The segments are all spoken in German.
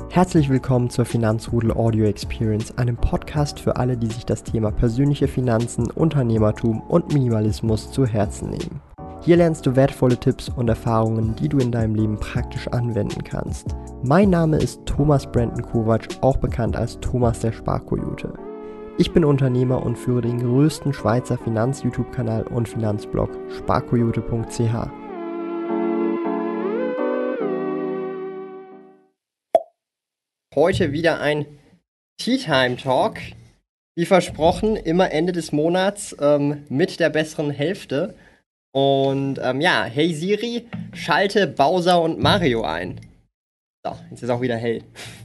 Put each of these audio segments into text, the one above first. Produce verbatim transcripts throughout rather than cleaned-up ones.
Herzlich willkommen zur Finanzrudel Audio Experience, einem Podcast für alle, die sich das Thema persönliche Finanzen, Unternehmertum und Minimalismus zu Herzen nehmen. Hier lernst du wertvolle Tipps und Erfahrungen, die du in deinem Leben praktisch anwenden kannst. Mein Name ist Thomas Brandon Kovac, auch bekannt als Thomas der Sparkoyote. Ich bin Unternehmer und führe den größten Schweizer Finanz-YouTube-Kanal und Finanzblog sparkoyote punkt c h. Heute wieder ein Tea Time Talk. Wie versprochen, immer Ende des Monats ähm, mit der besseren Hälfte. Und ähm, ja, hey Siri, schalte Bowser und Mario ein. So, jetzt ist auch wieder hell.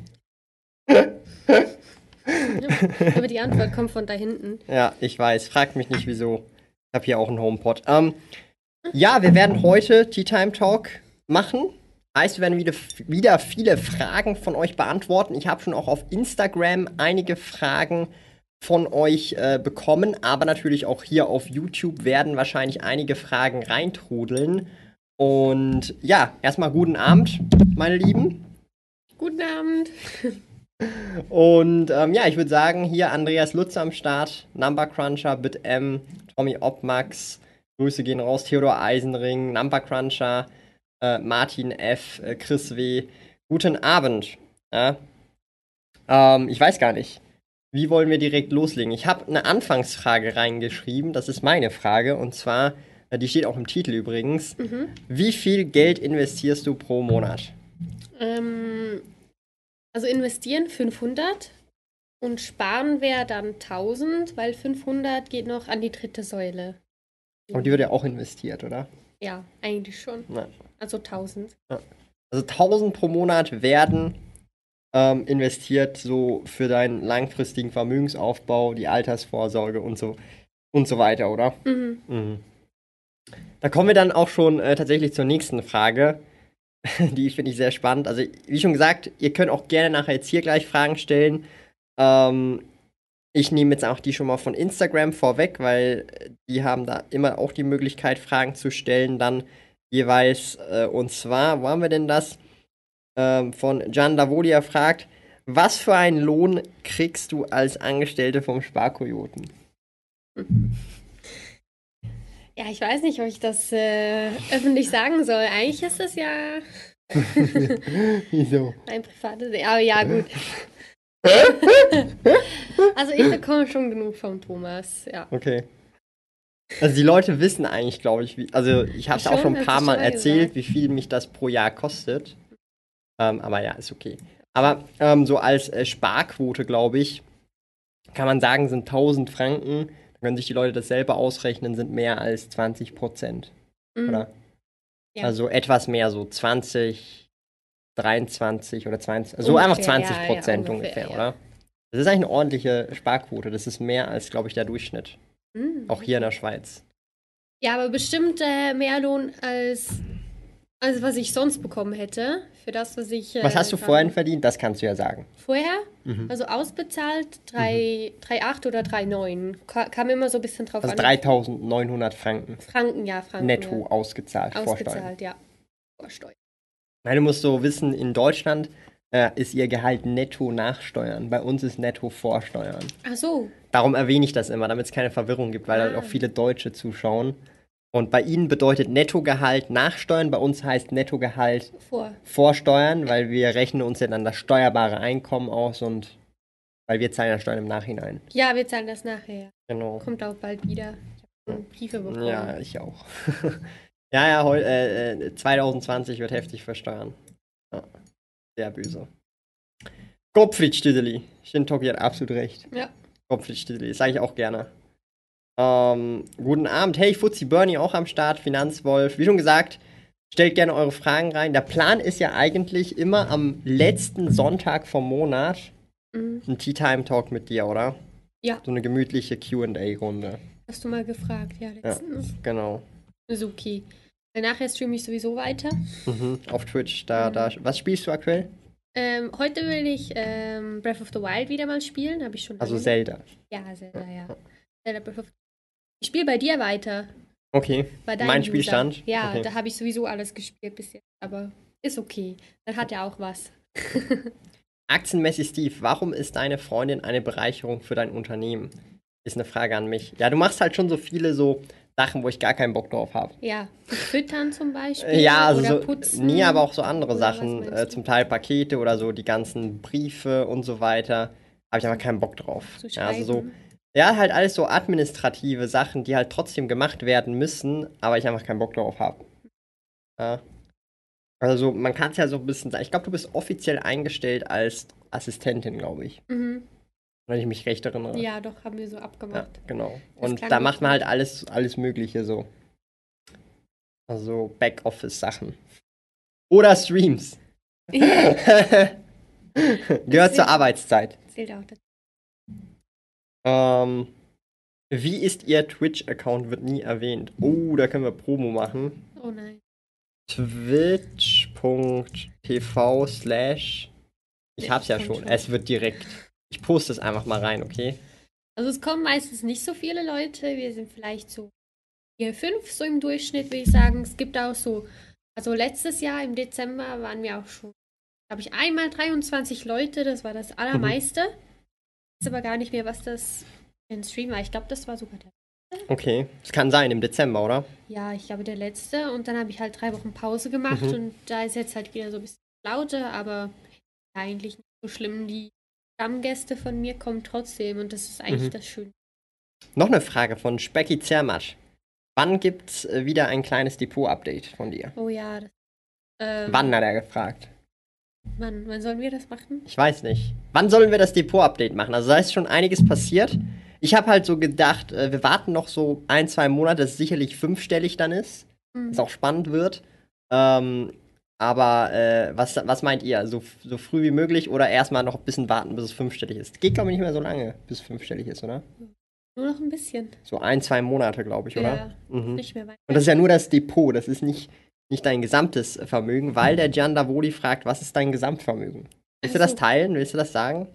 Aber die Antwort kommt von da hinten. Ja, ich weiß. Fragt mich nicht, wieso. Ich habe hier auch einen HomePod. Ähm, ja, wir werden heute Tea Time Talk machen. Heißt, wir werden wieder, wieder viele Fragen von euch beantworten. Ich habe schon auch auf Instagram einige Fragen von euch äh, bekommen, aber natürlich auch hier auf YouTube werden wahrscheinlich einige Fragen reintrudeln. Und ja, erstmal guten Abend, meine Lieben. Guten Abend. Und ähm, ja, ich würde sagen, hier Andreas Lutz am Start, Number Cruncher, BitM, Tommy Opmax, Grüße gehen raus, Theodor Eisenring, Number Cruncher, äh, Martin F., äh, Chris W. Guten Abend. Ja? Ähm, ich weiß gar nicht. Wie wollen wir direkt loslegen? Ich habe eine Anfangsfrage reingeschrieben, das ist meine Frage, und zwar, äh, die steht auch im Titel übrigens. Mhm. Wie viel Geld investierst du pro Monat? Ähm, also investieren fünfhundert und sparen wäre dann tausend, weil fünfhundert geht noch an die dritte Säule. Aber die wird ja auch investiert, oder? Ja, eigentlich schon. Ja. Also tausend. Ja. Also tausend pro Monat werden ähm, investiert so für deinen langfristigen Vermögensaufbau, die Altersvorsorge und so und so weiter, oder? Mhm. Mhm. Da kommen wir dann auch schon äh, tatsächlich zur nächsten Frage. Die finde ich sehr spannend. Also wie schon gesagt, ihr könnt auch gerne nachher jetzt hier gleich Fragen stellen. Ähm, ich nehme jetzt auch die schon mal von Instagram vorweg, weil die haben da immer auch die Möglichkeit, Fragen zu stellen, dann jeweils, äh, und zwar, wo haben wir denn das? Ähm, von Gian Davodia fragt, was für einen Lohn kriegst du als Angestellte vom Sparkoyoten? Ja, ich weiß nicht, ob ich das äh, öffentlich sagen soll. Eigentlich ist das ja Wieso? ein privates, aber ja, gut. Also ich bekomme schon genug vom Thomas, ja. Okay. Also die Leute wissen eigentlich, glaube ich, wie, also ich habe es auch schon ein paar Mal erzählt, gesagt, wie viel mich das pro Jahr kostet. Ähm, aber ja, ist okay. Aber ähm, so als äh, Sparquote, glaube ich, kann man sagen, sind tausend Franken, da können sich die Leute das selber ausrechnen, sind mehr als zwanzig Prozent. Mhm. Oder? Ja. Also etwas mehr, so zwanzig, dreiundzwanzig oder zwanzig, also ungefähr, einfach zwanzig Prozent ja, ja, ungefähr, ungefähr, ja. Oder? Das ist eigentlich eine ordentliche Sparquote. Das ist mehr als, glaube ich, der Durchschnitt. Mhm. Auch hier in der Schweiz. Ja, aber bestimmt äh, mehr Lohn als, als was ich sonst bekommen hätte. Für das, was ich. Äh, was hast du vorhin verdient? Das kannst du ja sagen. Vorher? Mhm. Also ausbezahlt drei Komma acht oder drei Komma neun. Ka- kam immer so ein bisschen drauf also an. dreitausendneunhundert Franken. Franken, ja, Franken. Netto ja. ausgezahlt. Ausgezahlt, ja. Vorsteuern. Nein, du musst so wissen, in Deutschland äh, ist ihr Gehalt netto nach Steuern. Bei uns ist netto vor Steuern. Ach so. Darum erwähne ich das immer, damit es keine Verwirrung gibt, weil ah. halt auch viele Deutsche zuschauen. Und bei ihnen bedeutet Nettogehalt nach Steuern, bei uns heißt Nettogehalt vor, vor Steuern, weil wir rechnen uns ja dann das steuerbare Einkommen aus und weil wir zahlen ja Steuern im Nachhinein. Ja, wir zahlen das nachher. Genau. Kommt auch bald wieder. Ich habe Briefe bekommen. Ja, ich auch. ja, ja, heu, äh, zwanzig zwanzig wird heftig versteuern. Ja, sehr böse. Gottfried Stüdeli. Shintoki hat absolut recht. Ja. Gottfried Stüdeli, das sage ich auch gerne. Ähm, guten Abend. Hey, Fuzzi Bernie auch am Start, Finanzwolf. Wie schon gesagt, stellt gerne eure Fragen rein. Der Plan ist ja eigentlich immer am letzten Sonntag vom Monat mhm. ein Tea Time Talk mit dir, oder? Ja. So eine gemütliche Q and A-Runde. Hast du mal gefragt, ja, letztens. Ja, genau. Ist okay. Nachher streame ich sowieso weiter. Mhm, auf Twitch, da, mhm. da. Was spielst du aktuell? Ähm, heute will ich ähm, Breath of the Wild wieder mal spielen, habe ich schon. Also Zelda. Ja, Zelda, ja. Zelda Breath of the Ich spiele bei dir weiter. Okay, mein User. Spielstand? Ja, okay. Da habe ich sowieso alles gespielt bis jetzt, aber ist okay. Dann hat er auch was. Aktienmäßig Steve, warum ist deine Freundin eine Bereicherung für dein Unternehmen? Ist eine Frage an mich. Ja, du machst halt schon so viele so Sachen, wo ich gar keinen Bock drauf habe. Ja, füttern zum Beispiel Ja, also oder so, putzen. nee, aber auch so andere Oder was Sachen, meinst äh, du? zum Teil Pakete oder so, die ganzen Briefe und so weiter. Habe ich aber keinen Bock drauf. Zu Ja, also so, schreiben. ja, halt alles so administrative Sachen, die halt trotzdem gemacht werden müssen, aber ich einfach keinen Bock drauf habe. Ja. Also man kann es ja so ein bisschen sagen. Ich glaube, du bist offiziell eingestellt als Assistentin, glaube ich. Mhm. Wenn ich mich recht erinnere. Ja, doch, haben wir so Ja, abgemacht. genau. Das Und klang da gut, macht man ja. halt alles, alles Mögliche so. Also Backoffice-Sachen. Oder Streams. Ja, Gehört zur zählt- Arbeitszeit. zählt auch dazu. Ähm, wie ist Ihr Twitch-Account? Wird nie erwähnt. Oh, da können wir Promo machen. Oh nein. Twitch Punkt T V slash. Ich hab's ja Kommt schon. schon. Es wird direkt. Ich poste es einfach mal rein, okay? Also es kommen meistens nicht so viele Leute. Wir sind vielleicht so vier, fünf so im Durchschnitt, würde ich sagen. Es gibt auch so, also letztes Jahr im Dezember waren wir auch schon, glaube ich, einmal dreiundzwanzig Leute. Das war das allermeiste. Ich weiß aber gar nicht mehr, was das für ein Stream war. Ich glaube, das war sogar der. Okay. Es kann sein, im Dezember, oder? Ja, ich glaube, der letzte. Und dann habe ich halt drei Wochen Pause gemacht. Mhm. Und da ist jetzt halt wieder so ein bisschen lauter, aber eigentlich nicht so schlimm. Die Stammgäste von mir kommen trotzdem. Und das ist eigentlich Mhm. das Schöne. Noch eine Frage von Specky Zermatt. Wann gibt's äh, wieder ein kleines Depot-Update von dir? Oh ja. Das, ähm, Wann hat er gefragt? Wann, wann sollen wir das machen? Ich weiß nicht. Wann sollen wir das Depot-Update machen? Also da ist schon einiges passiert. Ich habe halt so gedacht, äh, wir warten noch so ein, zwei Monate, dass es sicherlich fünfstellig dann ist. Mhm. Dass auch spannend wird. Ähm, aber äh, was, was meint ihr? So, so früh wie möglich oder erstmal noch ein bisschen warten, bis es fünfstellig ist? Geht, glaube ich, nicht mehr so lange, bis es fünfstellig ist, oder? Nur noch ein bisschen. So ein, zwei Monate, glaube ich, oder? Ja, Mhm. nicht mehr weit. Und das ist ja nur das Depot, das ist nicht, nicht dein gesamtes Vermögen, weil der Gian Davoli fragt, was ist dein Gesamtvermögen? Willst du das Also, teilen? Willst du das sagen?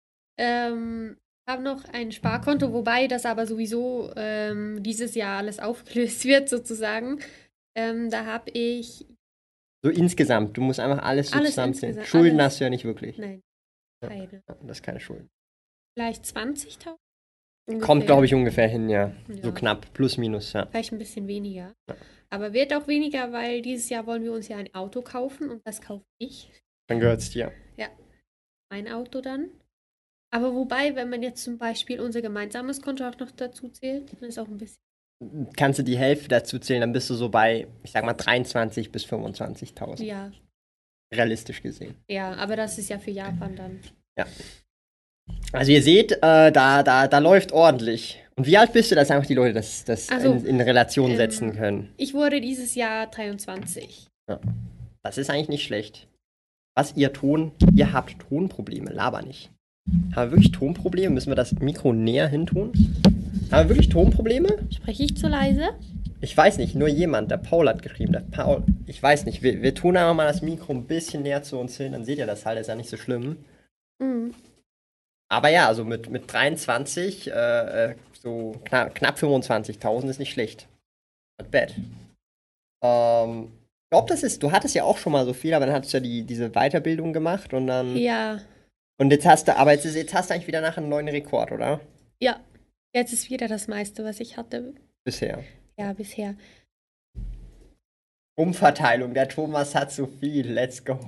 ähm, ich habe noch ein Sparkonto, wobei das aber sowieso ähm, dieses Jahr alles aufgelöst wird, sozusagen. Ähm, da habe ich. So insgesamt, du musst einfach alles so Alles zusammenzählen. insgesamt, Schulden alles. hast du ja nicht wirklich. Nein, Ja. keine. Das ist keine Schulden. Vielleicht zwanzigtausend? Kommt, Ungefähr. glaube ich, ungefähr hin, ja. Ja. So knapp, plus minus, ja. Vielleicht ein bisschen weniger. Ja. Aber wird auch weniger, weil dieses Jahr wollen wir uns ja ein Auto kaufen und das kaufe ich. Dann gehört's dir. Mein Auto dann. Aber wobei, wenn man jetzt zum Beispiel unser gemeinsames Konto auch noch dazu zählt, dann ist auch ein bisschen. Kannst du die Hälfte dazu zählen, dann bist du so bei, ich sag mal, dreiundzwanzigtausend bis fünfundzwanzigtausend. Ja, Realistisch gesehen. ja, aber das ist ja für Japan dann. Also ihr seht, äh, da, da, da läuft ordentlich. Und wie alt bist du, dass einfach die Leute das, das Ach so, in, in Relation ähm, setzen können? Ich wurde dieses Jahr dreiundzwanzig. Das ist eigentlich nicht schlecht. Was ihr Ton, ihr habt Tonprobleme, laber nicht. Haben wir wirklich Tonprobleme? Müssen wir das Mikro näher hin tun? Haben wir wirklich Tonprobleme? Spreche ich zu leise? Ich weiß nicht, nur jemand, der Paul hat geschrieben, der Paul, ich weiß nicht, wir, wir tun einfach mal das Mikro ein bisschen näher zu uns hin, dann seht ihr das halt, ist ja nicht so schlimm. Mhm. Aber ja, also mit, mit dreiundzwanzig, äh, äh, so knapp, knapp fünfundzwanzigtausend ist nicht schlecht. Not bad. Ähm, ich glaube, das ist, du hattest ja auch schon mal so viel, aber dann hattest du ja die, diese Weiterbildung gemacht und dann, Ja, und jetzt hast du, aber jetzt, ist- jetzt hast du eigentlich wieder nachher einen neuen Rekord, oder? ja. Jetzt ist wieder das meiste, was ich hatte. Bisher. Ja, bisher. Umverteilung, der Thomas hat zu viel, let's go.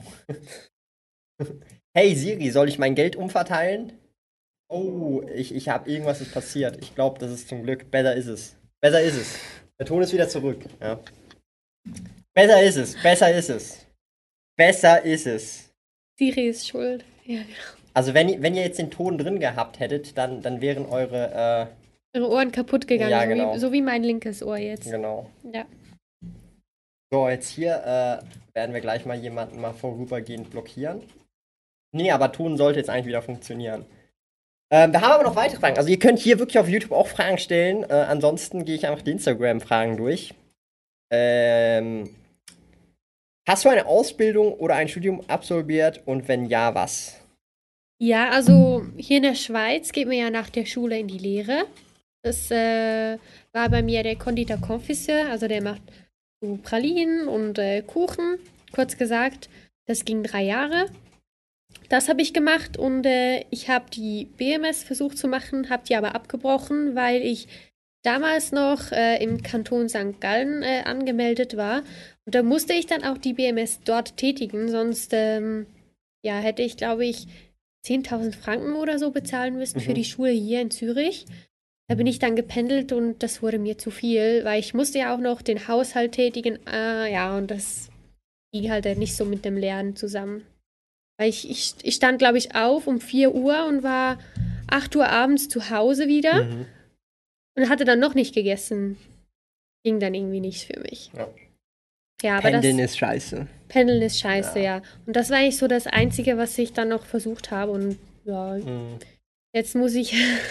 Hey Siri, soll ich mein Geld umverteilen? Oh, ich, ich habe irgendwas ist passiert. Ich glaube, das ist zum Glück. Besser ist es. Besser ist es. Der Ton ist wieder zurück. Ja. Besser ist es. Besser ist es. Besser ist es. Siri ist schuld. Ja, genau. Also wenn, ihr- wenn ihr jetzt den Ton drin gehabt hättet, dann, dann wären eure, Ihre Ohren kaputt gegangen, Ja, so, genau. wie, so wie mein linkes Ohr äh, jetzt. genau. Ja. So, jetzt hier äh, werden wir gleich mal jemanden mal vorübergehend blockieren. Nee, aber Ton sollte jetzt eigentlich wieder funktionieren. Ähm, wir haben aber noch weitere Fragen. Also ihr könnt hier wirklich auf YouTube auch Fragen stellen. Äh, ansonsten gehe ich einfach die Instagram-Fragen durch. Ähm, hast du eine Ausbildung oder ein Studium absolviert und wenn ja, was? Ja, also hier in der Schweiz geht man ja nach der Schule in die Lehre. Das äh, war bei mir der Konditor Confiseur, also der macht so Pralinen und äh, Kuchen. Kurz gesagt, das ging drei Jahre. Das habe ich gemacht und äh, ich habe die B M S versucht zu machen, habe die aber abgebrochen, weil ich damals noch äh, im Kanton Sankt Gallen äh, angemeldet war. Und da musste ich dann auch die B M S dort tätigen, sonst ähm, ja, hätte ich, glaube ich, zehntausend Franken oder so bezahlen müssen Mhm. für die Schule hier in Zürich. Da bin ich dann gependelt und das wurde mir zu viel, weil ich musste ja auch noch den Haushalt tätigen. Äh, ja, und das ging halt nicht so mit dem Lernen zusammen. Weil ich, ich, ich stand, glaube ich, auf um vier Uhr und war acht Uhr abends zu Hause wieder Mhm. und hatte dann noch nicht gegessen. Ging dann irgendwie nicht für mich. Ja. Ja, aber Pendeln das ist scheiße. Pendeln ist scheiße, Ja. ja. Und das war eigentlich so das Einzige, was ich dann noch versucht habe. Und ja, Mhm. jetzt muss ich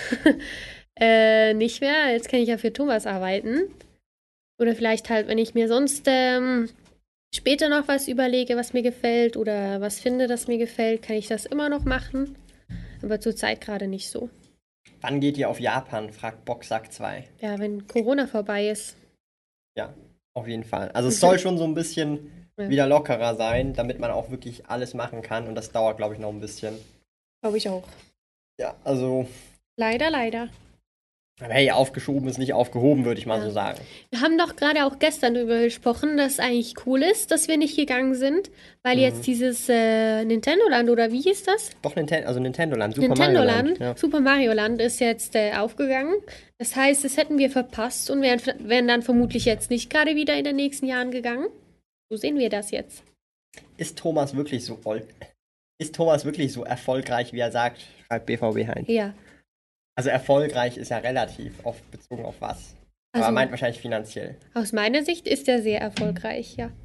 äh, nicht mehr. Jetzt kann ich ja für Thomas arbeiten. Oder vielleicht halt, wenn ich mir sonst ähm, später noch was überlege, was mir gefällt oder was finde, das mir gefällt, kann ich das immer noch machen. Aber zurzeit gerade nicht so. Wann geht ihr auf Japan? Fragt Boxsack zwei. Ja, wenn Corona vorbei ist. Ja, auf jeden Fall. Also es soll schon so ein bisschen Ja. wieder lockerer sein, damit man auch wirklich alles machen kann. Und das dauert, glaube ich, noch ein bisschen. Glaube ich auch. Ja, also, Leider, leider. aber hey, aufgeschoben ist nicht aufgehoben, würde ich mal Ja. so sagen. Wir haben doch gerade auch gestern darüber gesprochen, dass es eigentlich cool ist, dass wir nicht gegangen sind, weil Mhm. jetzt dieses äh, Nintendo-Land, oder wie hieß das? Doch, Ninten also Nintendo Land, Super Nintendo Mario Land, Land. Ja. Super Mario Land ist jetzt äh, aufgegangen. Das heißt, das hätten wir verpasst und wären, wären dann vermutlich jetzt nicht gerade wieder in den nächsten Jahren gegangen. So sehen wir das jetzt. Ist Thomas wirklich so ist Thomas wirklich so erfolgreich, wie er sagt? Schreibt B V B Heinz. Ja. Also erfolgreich ist ja relativ, auf, bezogen auf was. Aber Also- er meint wahrscheinlich finanziell. Aus meiner Sicht ist er sehr erfolgreich, ja.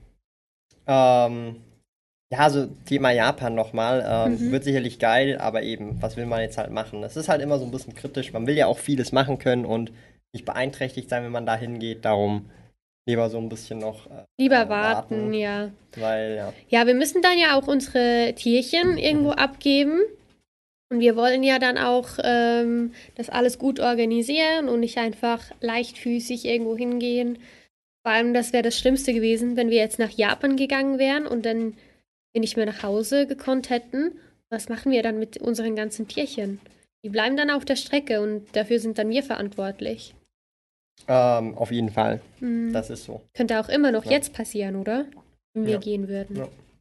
Ähm, ja, so Thema Japan nochmal. Ähm, Mhm. Wird sicherlich geil, aber eben, was will man jetzt halt machen? Es ist halt immer so ein bisschen kritisch. Man will ja auch vieles machen können und nicht beeinträchtigt sein, wenn man da hingeht. Darum lieber so ein bisschen noch äh, Lieber äh, warten, ja. Weil, ja. Ja, wir müssen dann ja auch unsere Tierchen irgendwo Mhm. abgeben. Und wir wollen ja dann auch ähm, das alles gut organisieren und nicht einfach leichtfüßig irgendwo hingehen. Vor allem, das wäre das Schlimmste gewesen, wenn wir jetzt nach Japan gegangen wären und dann wir nicht mehr nach Hause gekonnt hätten. Was machen wir dann mit unseren ganzen Tierchen? Die bleiben dann auf der Strecke und dafür sind dann wir verantwortlich. Ähm, auf jeden Fall. Hm. Das ist so. Könnte auch immer noch Ja. jetzt passieren, oder? Wenn wir Ja. gehen würden.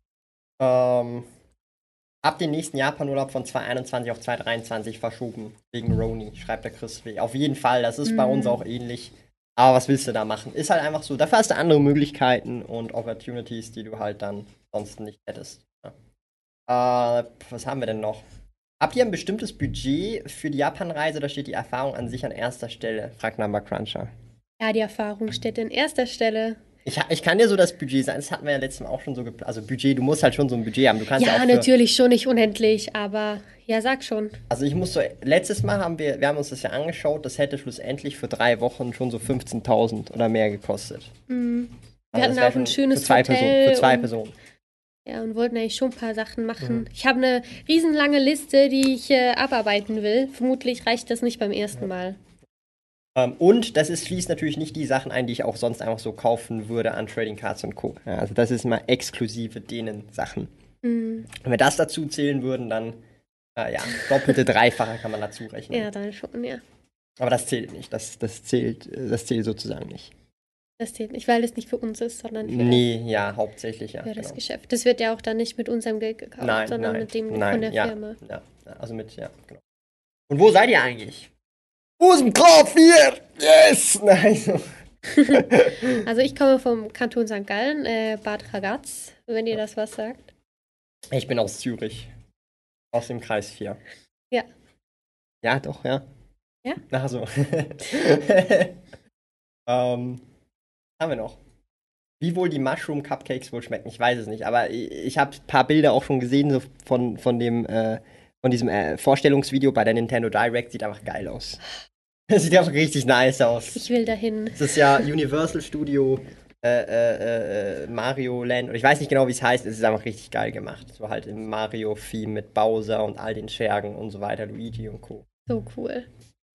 Ja. Ähm, ab den nächsten Japan-Urlaub von zwanzig einundzwanzig auf zwanzig dreiundzwanzig verschoben. Wegen Roni, schreibt der Chris W. Auf jeden Fall, das ist bei Mhm. uns auch ähnlich. Aber was willst du da machen? Ist halt einfach so. Dafür hast du andere Möglichkeiten und Opportunities, die du halt dann sonst nicht hättest. Ja. Äh, was haben wir denn noch? Habt ihr ein bestimmtes Budget für die Japan-Reise? Da steht die Erfahrung an sich an erster Stelle, fragt Number Cruncher. Ja, die Erfahrung steht an erster Stelle. Ich, ich kann dir so das Budget sagen, das hatten wir ja letztes Mal auch schon so geplant. Also Budget, du musst halt schon so ein Budget haben. Du kannst ja, Ja, auch für, natürlich schon nicht unendlich, aber ja, sag schon. Also ich muss so, letztes Mal haben wir, wir haben uns das ja angeschaut, das hätte schlussendlich für drei Wochen schon so fünfzehntausend oder mehr gekostet. Mhm. Wir Also hatten das wär auch ein schon schönes für zwei Hotel. Personen, für zwei und, Personen. Ja, und wollten eigentlich schon ein paar Sachen machen. Mhm. Ich habe eine riesenlange Liste, die ich äh, abarbeiten will. Vermutlich reicht das nicht beim ersten Mal. Ähm, und das ist, schließt natürlich nicht die Sachen ein, die ich auch sonst einfach so kaufen würde an Trading Cards und Co. Ja, also das ist mal exklusive denen Sachen. Mhm. Wenn wir das dazu zählen würden, dann, äh, ja, doppelte, dreifache kann man dazu rechnen. Ja, dann schon, ja. Aber das zählt nicht, das, das, zählt, das zählt sozusagen nicht. Das zählt nicht, weil das nicht für uns ist, sondern für, Nee, ja, hauptsächlich, ja. das, für das genau. Geschäft. Das wird ja auch dann nicht mit unserem Geld gekauft, Nein, sondern nein, mit dem nein, von der ja, Firma. Ja, also mit, ja, genau. Und wo seid ihr eigentlich? Aus dem K vier! Yes! Nein, so. Also ich komme vom Kanton Sankt Gallen, äh, Bad Ragaz, wenn ihr das was sagt. Ich bin aus Zürich. Aus dem Kreis vier. Ja. Ja, doch, ja. Ja? Ach so. ähm, haben wir noch. Wie wohl die Mushroom Cupcakes wohl schmecken? Ich weiß es nicht, aber ich, ich habe ein paar Bilder auch schon gesehen so von, von dem äh, von diesem äh, Vorstellungsvideo bei der Nintendo Direct. Sieht einfach geil aus. Das sieht einfach richtig nice aus. Ich will dahin. Das ist ja Universal Studio äh, äh, äh, Mario Land. Und ich weiß nicht genau, wie es heißt. Es ist einfach richtig geil gemacht. So halt im Mario-Theme mit Bowser und all den Schergen und so weiter, Luigi und Co. So cool.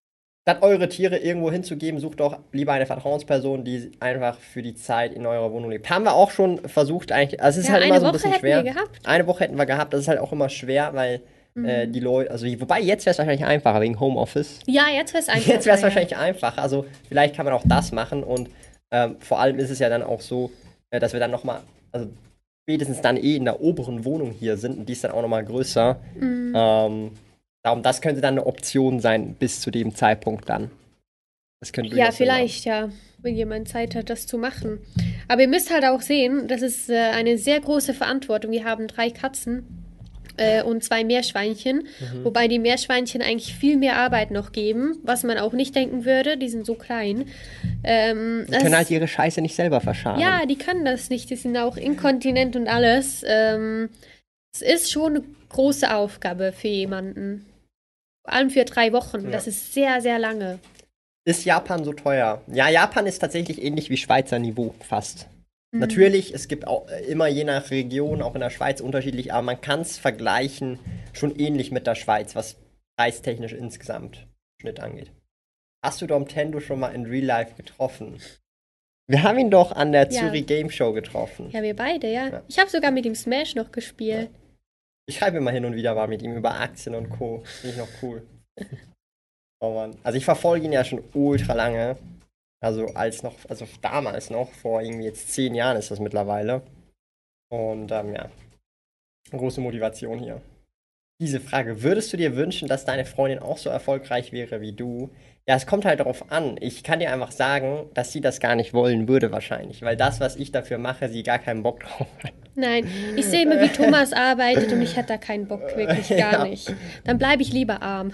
Statt eure Tiere irgendwo hinzugeben, sucht doch lieber eine Vertrauensperson, die einfach für die Zeit in eurer Wohnung lebt. Haben wir auch schon versucht eigentlich. Also es ist Ja, halt immer eine so ein Woche bisschen hätten schwer. wir gehabt. Eine Woche hätten wir gehabt. Das ist halt auch immer schwer, weil äh, Mhm. die Leute, also wobei jetzt wäre es wahrscheinlich einfacher wegen Homeoffice. Ja, jetzt wäre es einfacher. Jetzt wäre es ja. wahrscheinlich einfacher. Also vielleicht kann man auch das machen und ähm, vor allem ist es ja dann auch so, äh, dass wir dann nochmal, also spätestens dann eh in der oberen Wohnung hier sind und die ist dann auch nochmal größer. Mhm. Ähm, darum, das könnte dann eine Option sein bis zu dem Zeitpunkt dann. Das könnte Ja, durchaus Sinn machen. vielleicht, ja, wenn jemand Zeit hat, das zu machen. Aber ihr müsst halt auch sehen, das ist äh, eine sehr große Verantwortung. Wir haben drei Katzen äh, und zwei Meerschweinchen, Mhm. wobei die Meerschweinchen eigentlich viel mehr Arbeit noch geben, was man auch nicht denken würde. Die sind so klein. Ähm, Die das- können halt ihre Scheiße nicht selber verscharen. ja, die können das nicht. Die sind auch inkontinent und alles. Ähm, es ist schon eine große Aufgabe für jemanden. Vor allem für drei Wochen. Ja. Das ist sehr, sehr lange. Ist Japan so teuer? Ja, Japan ist tatsächlich ähnlich wie Schweizer Niveau, fast. Mhm. Natürlich, es gibt auch äh, immer je nach Region, auch in der Schweiz unterschiedlich, aber man kann es vergleichen, schon ähnlich mit der Schweiz, was preistechnisch insgesamt im Schnitt angeht. Hast du Dom Tendo schon mal in Real Life getroffen? Wir haben ihn doch an der Ja. Zürich Game Show getroffen. Ja, wir beide, ja. Ja. Ich habe sogar mit ihm Smash noch gespielt. Ich schreibe immer hin und wieder mal mit ihm über Aktien und Co. Finde ich noch cool. Oh Mann. Also ich verfolge ihn ja schon ultra lange. Also als noch, also damals noch, vor irgendwie jetzt zehn Jahren ist das mittlerweile. Und ähm, ja, große Motivation hier. Diese Frage, würdest du dir wünschen, dass deine Freundin auch so erfolgreich wäre wie du? Ja, es kommt halt darauf an. Ich kann dir einfach sagen, dass sie das gar nicht wollen würde wahrscheinlich, weil das, was ich dafür mache, sie gar keinen Bock drauf hat. Nein, ich sehe immer, wie Thomas arbeitet und ich hätte da keinen Bock, wirklich gar Ja. nicht. Dann bleibe ich lieber arm.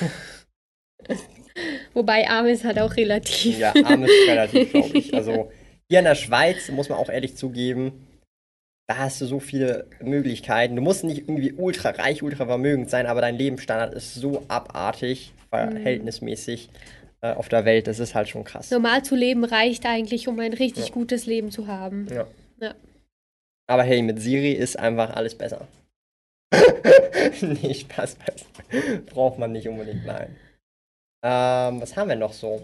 Wobei arm ist halt auch relativ. Ja, arm ist relativ, glaube ich. Also hier in der Schweiz, muss man auch ehrlich zugeben, da hast du so viele Möglichkeiten. Du musst nicht irgendwie ultra reich, ultra vermögend sein, aber dein Lebensstandard ist so abartig, verhältnismäßig äh, auf der Welt. Das ist halt schon krass. Normal zu leben reicht eigentlich, um ein richtig Ja. gutes Leben zu haben. Ja. Ja. Aber hey, mit Siri ist einfach alles besser. Nee, Spaß, Spaß. Braucht man nicht unbedingt, nein. Ähm, was haben wir noch so?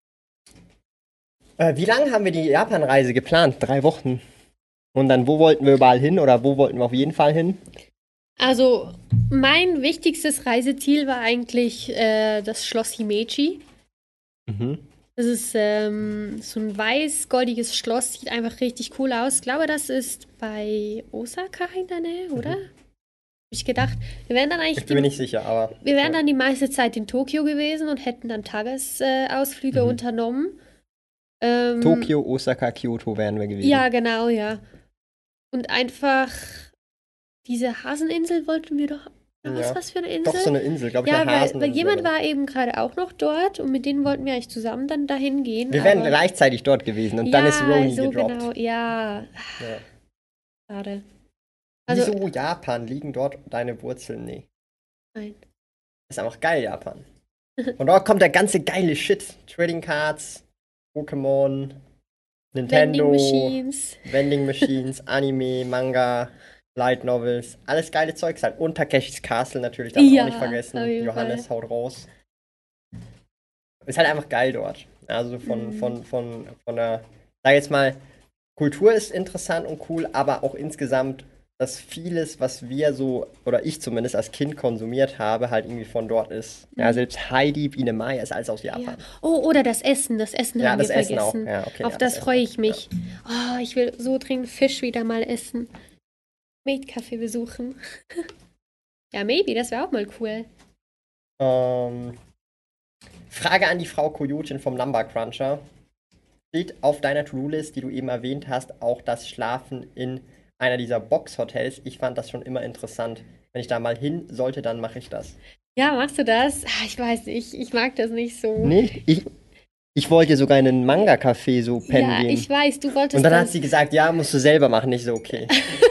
Äh, wie lange haben wir die Japan-Reise geplant? Drei Wochen. Und dann, wo wollten wir überall hin oder wo wollten wir auf jeden Fall hin? Also, mein wichtigstes Reiseziel war eigentlich äh, das Schloss Himeji. Mhm. Das ist ähm, so ein weiß-goldiges Schloss, sieht einfach richtig cool aus. Ich glaube, das ist bei Osaka in der Nähe, oder? Hab ich gedacht, wir wären dann eigentlich Ich bin mir die, nicht sicher, aber. wir wären dann die meiste Zeit in Tokio gewesen und hätten dann Tagesausflüge äh, Ausflüge Mhm. unternommen. Ähm, Tokio, Osaka, Kyoto wären wir gewesen. Ja, genau, ja. Und einfach diese Haseninsel wollten wir doch. Was Ja. was für eine Insel? Doch so eine Insel, glaube ich, Ja, eine weil, Haseninsel weil jemand oder so. war eben gerade auch noch dort und mit denen wollten wir eigentlich zusammen dann dahin gehen. Wir wären aber- gleichzeitig dort gewesen und dann ja, ist Roni so gedroppt. genau, ja, Ja. schade. Also, Wieso Japan? Liegen dort deine Wurzeln? Nee. nein. Ist einfach geil, Japan. Und dort kommt der ganze geile Shit. Trading Cards, Pokémon, Nintendo, Vending Machines. Vending Machines, Anime, Manga, Light Novels, alles geile Zeugs halt. Und Takeshis Castle natürlich, darf man Ja, auch nicht vergessen. auf jeden Johannes haut raus. Ist halt einfach geil dort. Also von, Mhm. von, von, von der, sag jetzt mal, Kultur ist interessant und cool, aber auch insgesamt, dass vieles, was wir so, oder ich zumindest als Kind konsumiert habe, halt irgendwie von dort ist. Ja, Mhm. selbst Heidi, Biene Maya ist alles aus Ja. Japan. Oh, oder das Essen. Das Essen Ja, haben das wir Essen auch. vergessen. Ja, okay, Auf ja, das das freue Essen ich mich. Oh, ich will so dringend Fisch wieder mal essen. Maid-Café besuchen. Ja, maybe, das wäre auch mal cool. Ähm, Frage an die Frau Kojotin vom Number Cruncher. Steht auf deiner To-Do-List, die du eben erwähnt hast, auch das Schlafen in einer dieser Box-Hotels? Ich fand das schon immer interessant. Wenn ich da mal hin sollte, dann mache ich das. Ja, machst du das? Ah, ich weiß nicht, ich mag das nicht so. Nicht? Ich, ich wollte sogar in einen Manga-Café so pennen Ja, gehen. ich weiß, du wolltest Und dann hat das. sie gesagt, ja, musst du selber machen. Nicht so, okay.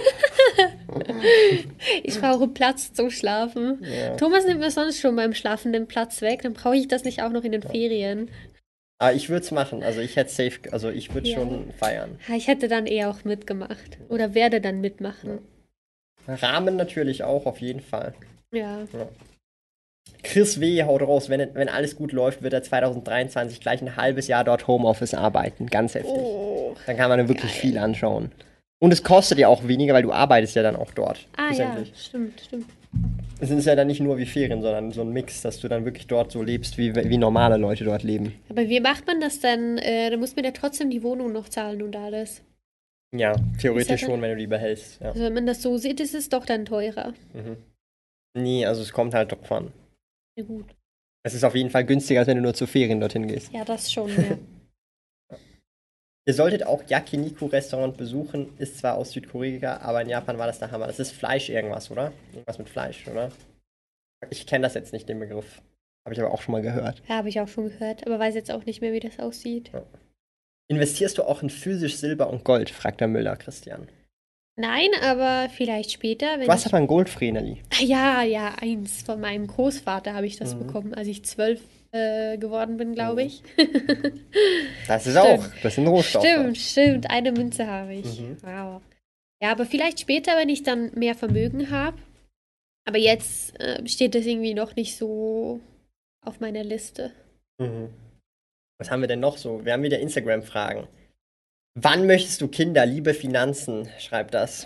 Ich brauche Platz zum Schlafen. Ja. Thomas nimmt mir sonst schon beim Schlafen den Platz weg, dann brauche ich das nicht auch noch in den Ferien. Aber ich würde es machen. Also ich hätte safe, also ich würde Ja. schon feiern. Ja, ich hätte dann eher auch mitgemacht. Oder werde dann mitmachen. Rahmen natürlich auch, auf jeden Fall. Ja. Chris W. haut raus, wenn, wenn alles gut läuft, wird er zwanzig dreiundzwanzig gleich ein halbes Jahr dort Homeoffice arbeiten. Ganz heftig. Oh, Dann kann man wirklich geil. viel anschauen. Und es kostet ja auch weniger, weil du arbeitest ja dann auch dort. Ah ja, stimmt, stimmt. Es ist ja dann nicht nur wie Ferien, sondern so ein Mix, dass du dann wirklich dort so lebst, wie, wie normale Leute dort leben. Aber wie macht man das dann? Äh, da muss man ja trotzdem die Wohnung noch zahlen und alles. Ja, theoretisch Ist ja dann- schon, wenn du die behältst. Ja. Also wenn man das so sieht, ist es doch dann teurer. Mhm. Nee, also es kommt halt drauf an. Ja gut. Es ist auf jeden Fall günstiger, als wenn du nur zu Ferien dorthin gehst. Ja, das schon, ja. Ihr solltet auch Yakiniku-Restaurant besuchen. Ist zwar aus Südkorea, aber in Japan war das der Hammer. Das ist Fleisch irgendwas, oder? Irgendwas mit Fleisch, oder? Ich kenne das jetzt nicht, den Begriff. Habe ich aber auch schon mal gehört. Ja, habe ich auch schon gehört, aber weiß jetzt auch nicht mehr, wie das aussieht. Ja. Investierst du auch in physisch Silber und Gold? Fragt der Müller, Christian. Nein, aber vielleicht später, wenn Du hast ich... aber ein Goldvreneli. Ah, ja, ja, eins von meinem Großvater habe ich das Mhm. bekommen, als ich zwölf äh, geworden bin, glaube ich. Das ist Stimmt. auch, das sind Rohstoffe. Stimmt, stimmt, eine Münze habe ich. Mhm. Wow. Ja, aber vielleicht später, wenn ich dann mehr Vermögen habe. Aber jetzt äh, steht das irgendwie noch nicht so auf meiner Liste. Mhm. Was haben wir denn noch so? Wir haben wieder Instagram-Fragen. Wann möchtest du Kinder? Liebe Finanzen, schreibt das.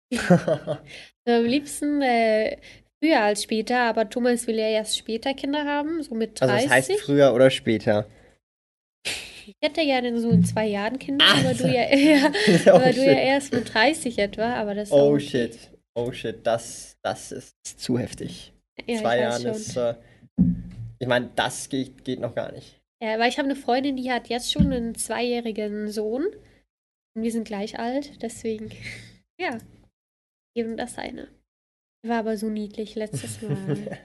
Am liebsten äh, früher als später, aber Thomas will ja erst später Kinder haben, so mit Also dreißig. das heißt früher oder später. Ich hätte gerne so in zwei Jahren Kinder, Ach, aber du ja, ja, oh, aber du shit. ja erst mit dreißig etwa, aber das ist Oh auch- shit. Oh shit, das, das ist zu heftig. Ja, Zwei ich weiß Jahren schon. ist. Äh, ich meine, das geht, geht noch gar nicht. Ja, weil ich habe eine Freundin, die hat jetzt schon einen zweijährigen Sohn. Und wir sind gleich alt, deswegen, ja, eben das eine. War aber so niedlich letztes Mal.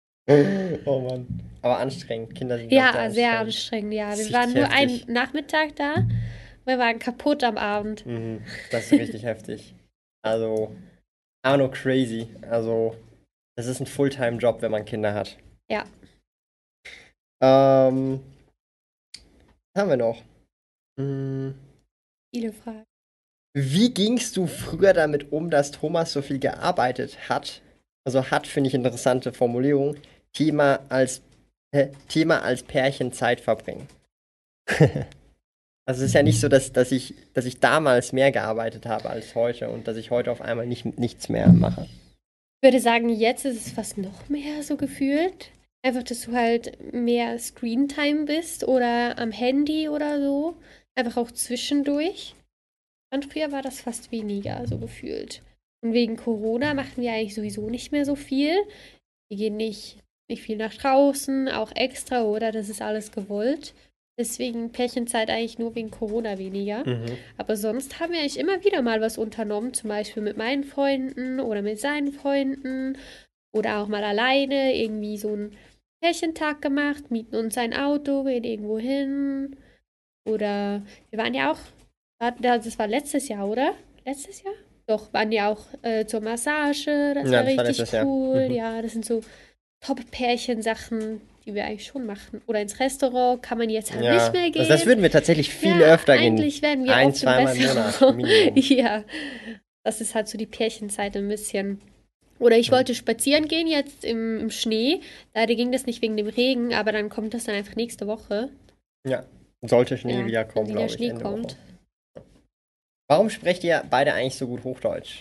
Oh Mann. Aber anstrengend. Kinder sind auch Ja, sehr anstrengend, ja. Wir Richtig waren nur heftig. einen Nachmittag da. Wir waren kaputt am Abend. Mhm. Das ist richtig heftig. Also, I don't know, crazy. Also, das ist ein Fulltime-Job, wenn man Kinder hat. Ja. Ähm, was haben wir noch? Hm, Viele Fragen. Wie gingst du früher damit um, dass Thomas so viel gearbeitet hat? Also hat, finde ich, interessante Formulierung. Thema als, hä? Thema als Pärchen Zeit verbringen. Also es ist ja nicht so, dass, dass, ich, dass ich damals mehr gearbeitet habe als heute und dass ich heute auf einmal nicht, nichts mehr mache. Ich würde sagen, jetzt ist es fast noch mehr so gefühlt. Einfach, dass du halt mehr Screentime bist oder am Handy oder so. Einfach auch zwischendurch. Und früher war das fast weniger, so gefühlt. Und wegen Corona machen wir eigentlich sowieso nicht mehr so viel. Wir gehen nicht, nicht viel nach draußen, auch extra, oder? Das ist alles gewollt. Deswegen Pärchenzeit eigentlich nur wegen Corona weniger. Mhm. Aber sonst haben wir eigentlich immer wieder mal was unternommen, zum Beispiel mit meinen Freunden oder mit seinen Freunden oder auch mal alleine irgendwie so einen Pärchentag gemacht, mieten uns ein Auto, gehen irgendwo hin. Oder wir waren ja auch, war- das war letztes Jahr, oder? Letztes Jahr? Doch, waren ja auch äh, zur Massage, das Ja, war das war richtig letztes Jahr. cool. Mhm. Ja, das sind so Top-Pärchen-Sachen, die wir eigentlich schon machen. Oder ins Restaurant kann man jetzt halt Ja, nicht mehr gehen. also das würden wir tatsächlich viel Ja, öfter gehen. eigentlich werden wir Ein, oft im zweimal im Monat Restaurant. Minimum. Ja, das ist halt so die Pärchenzeit ein bisschen. Oder ich wollte spazieren gehen jetzt im, im Schnee. Leider ging das nicht wegen dem Regen, aber dann kommt das dann einfach nächste Woche. Ja, sollte Schnee Ja, wieder kommen, wenn wieder glaube ich. Schnee Ende kommt. Woche. Warum sprecht ihr beide eigentlich so gut Hochdeutsch?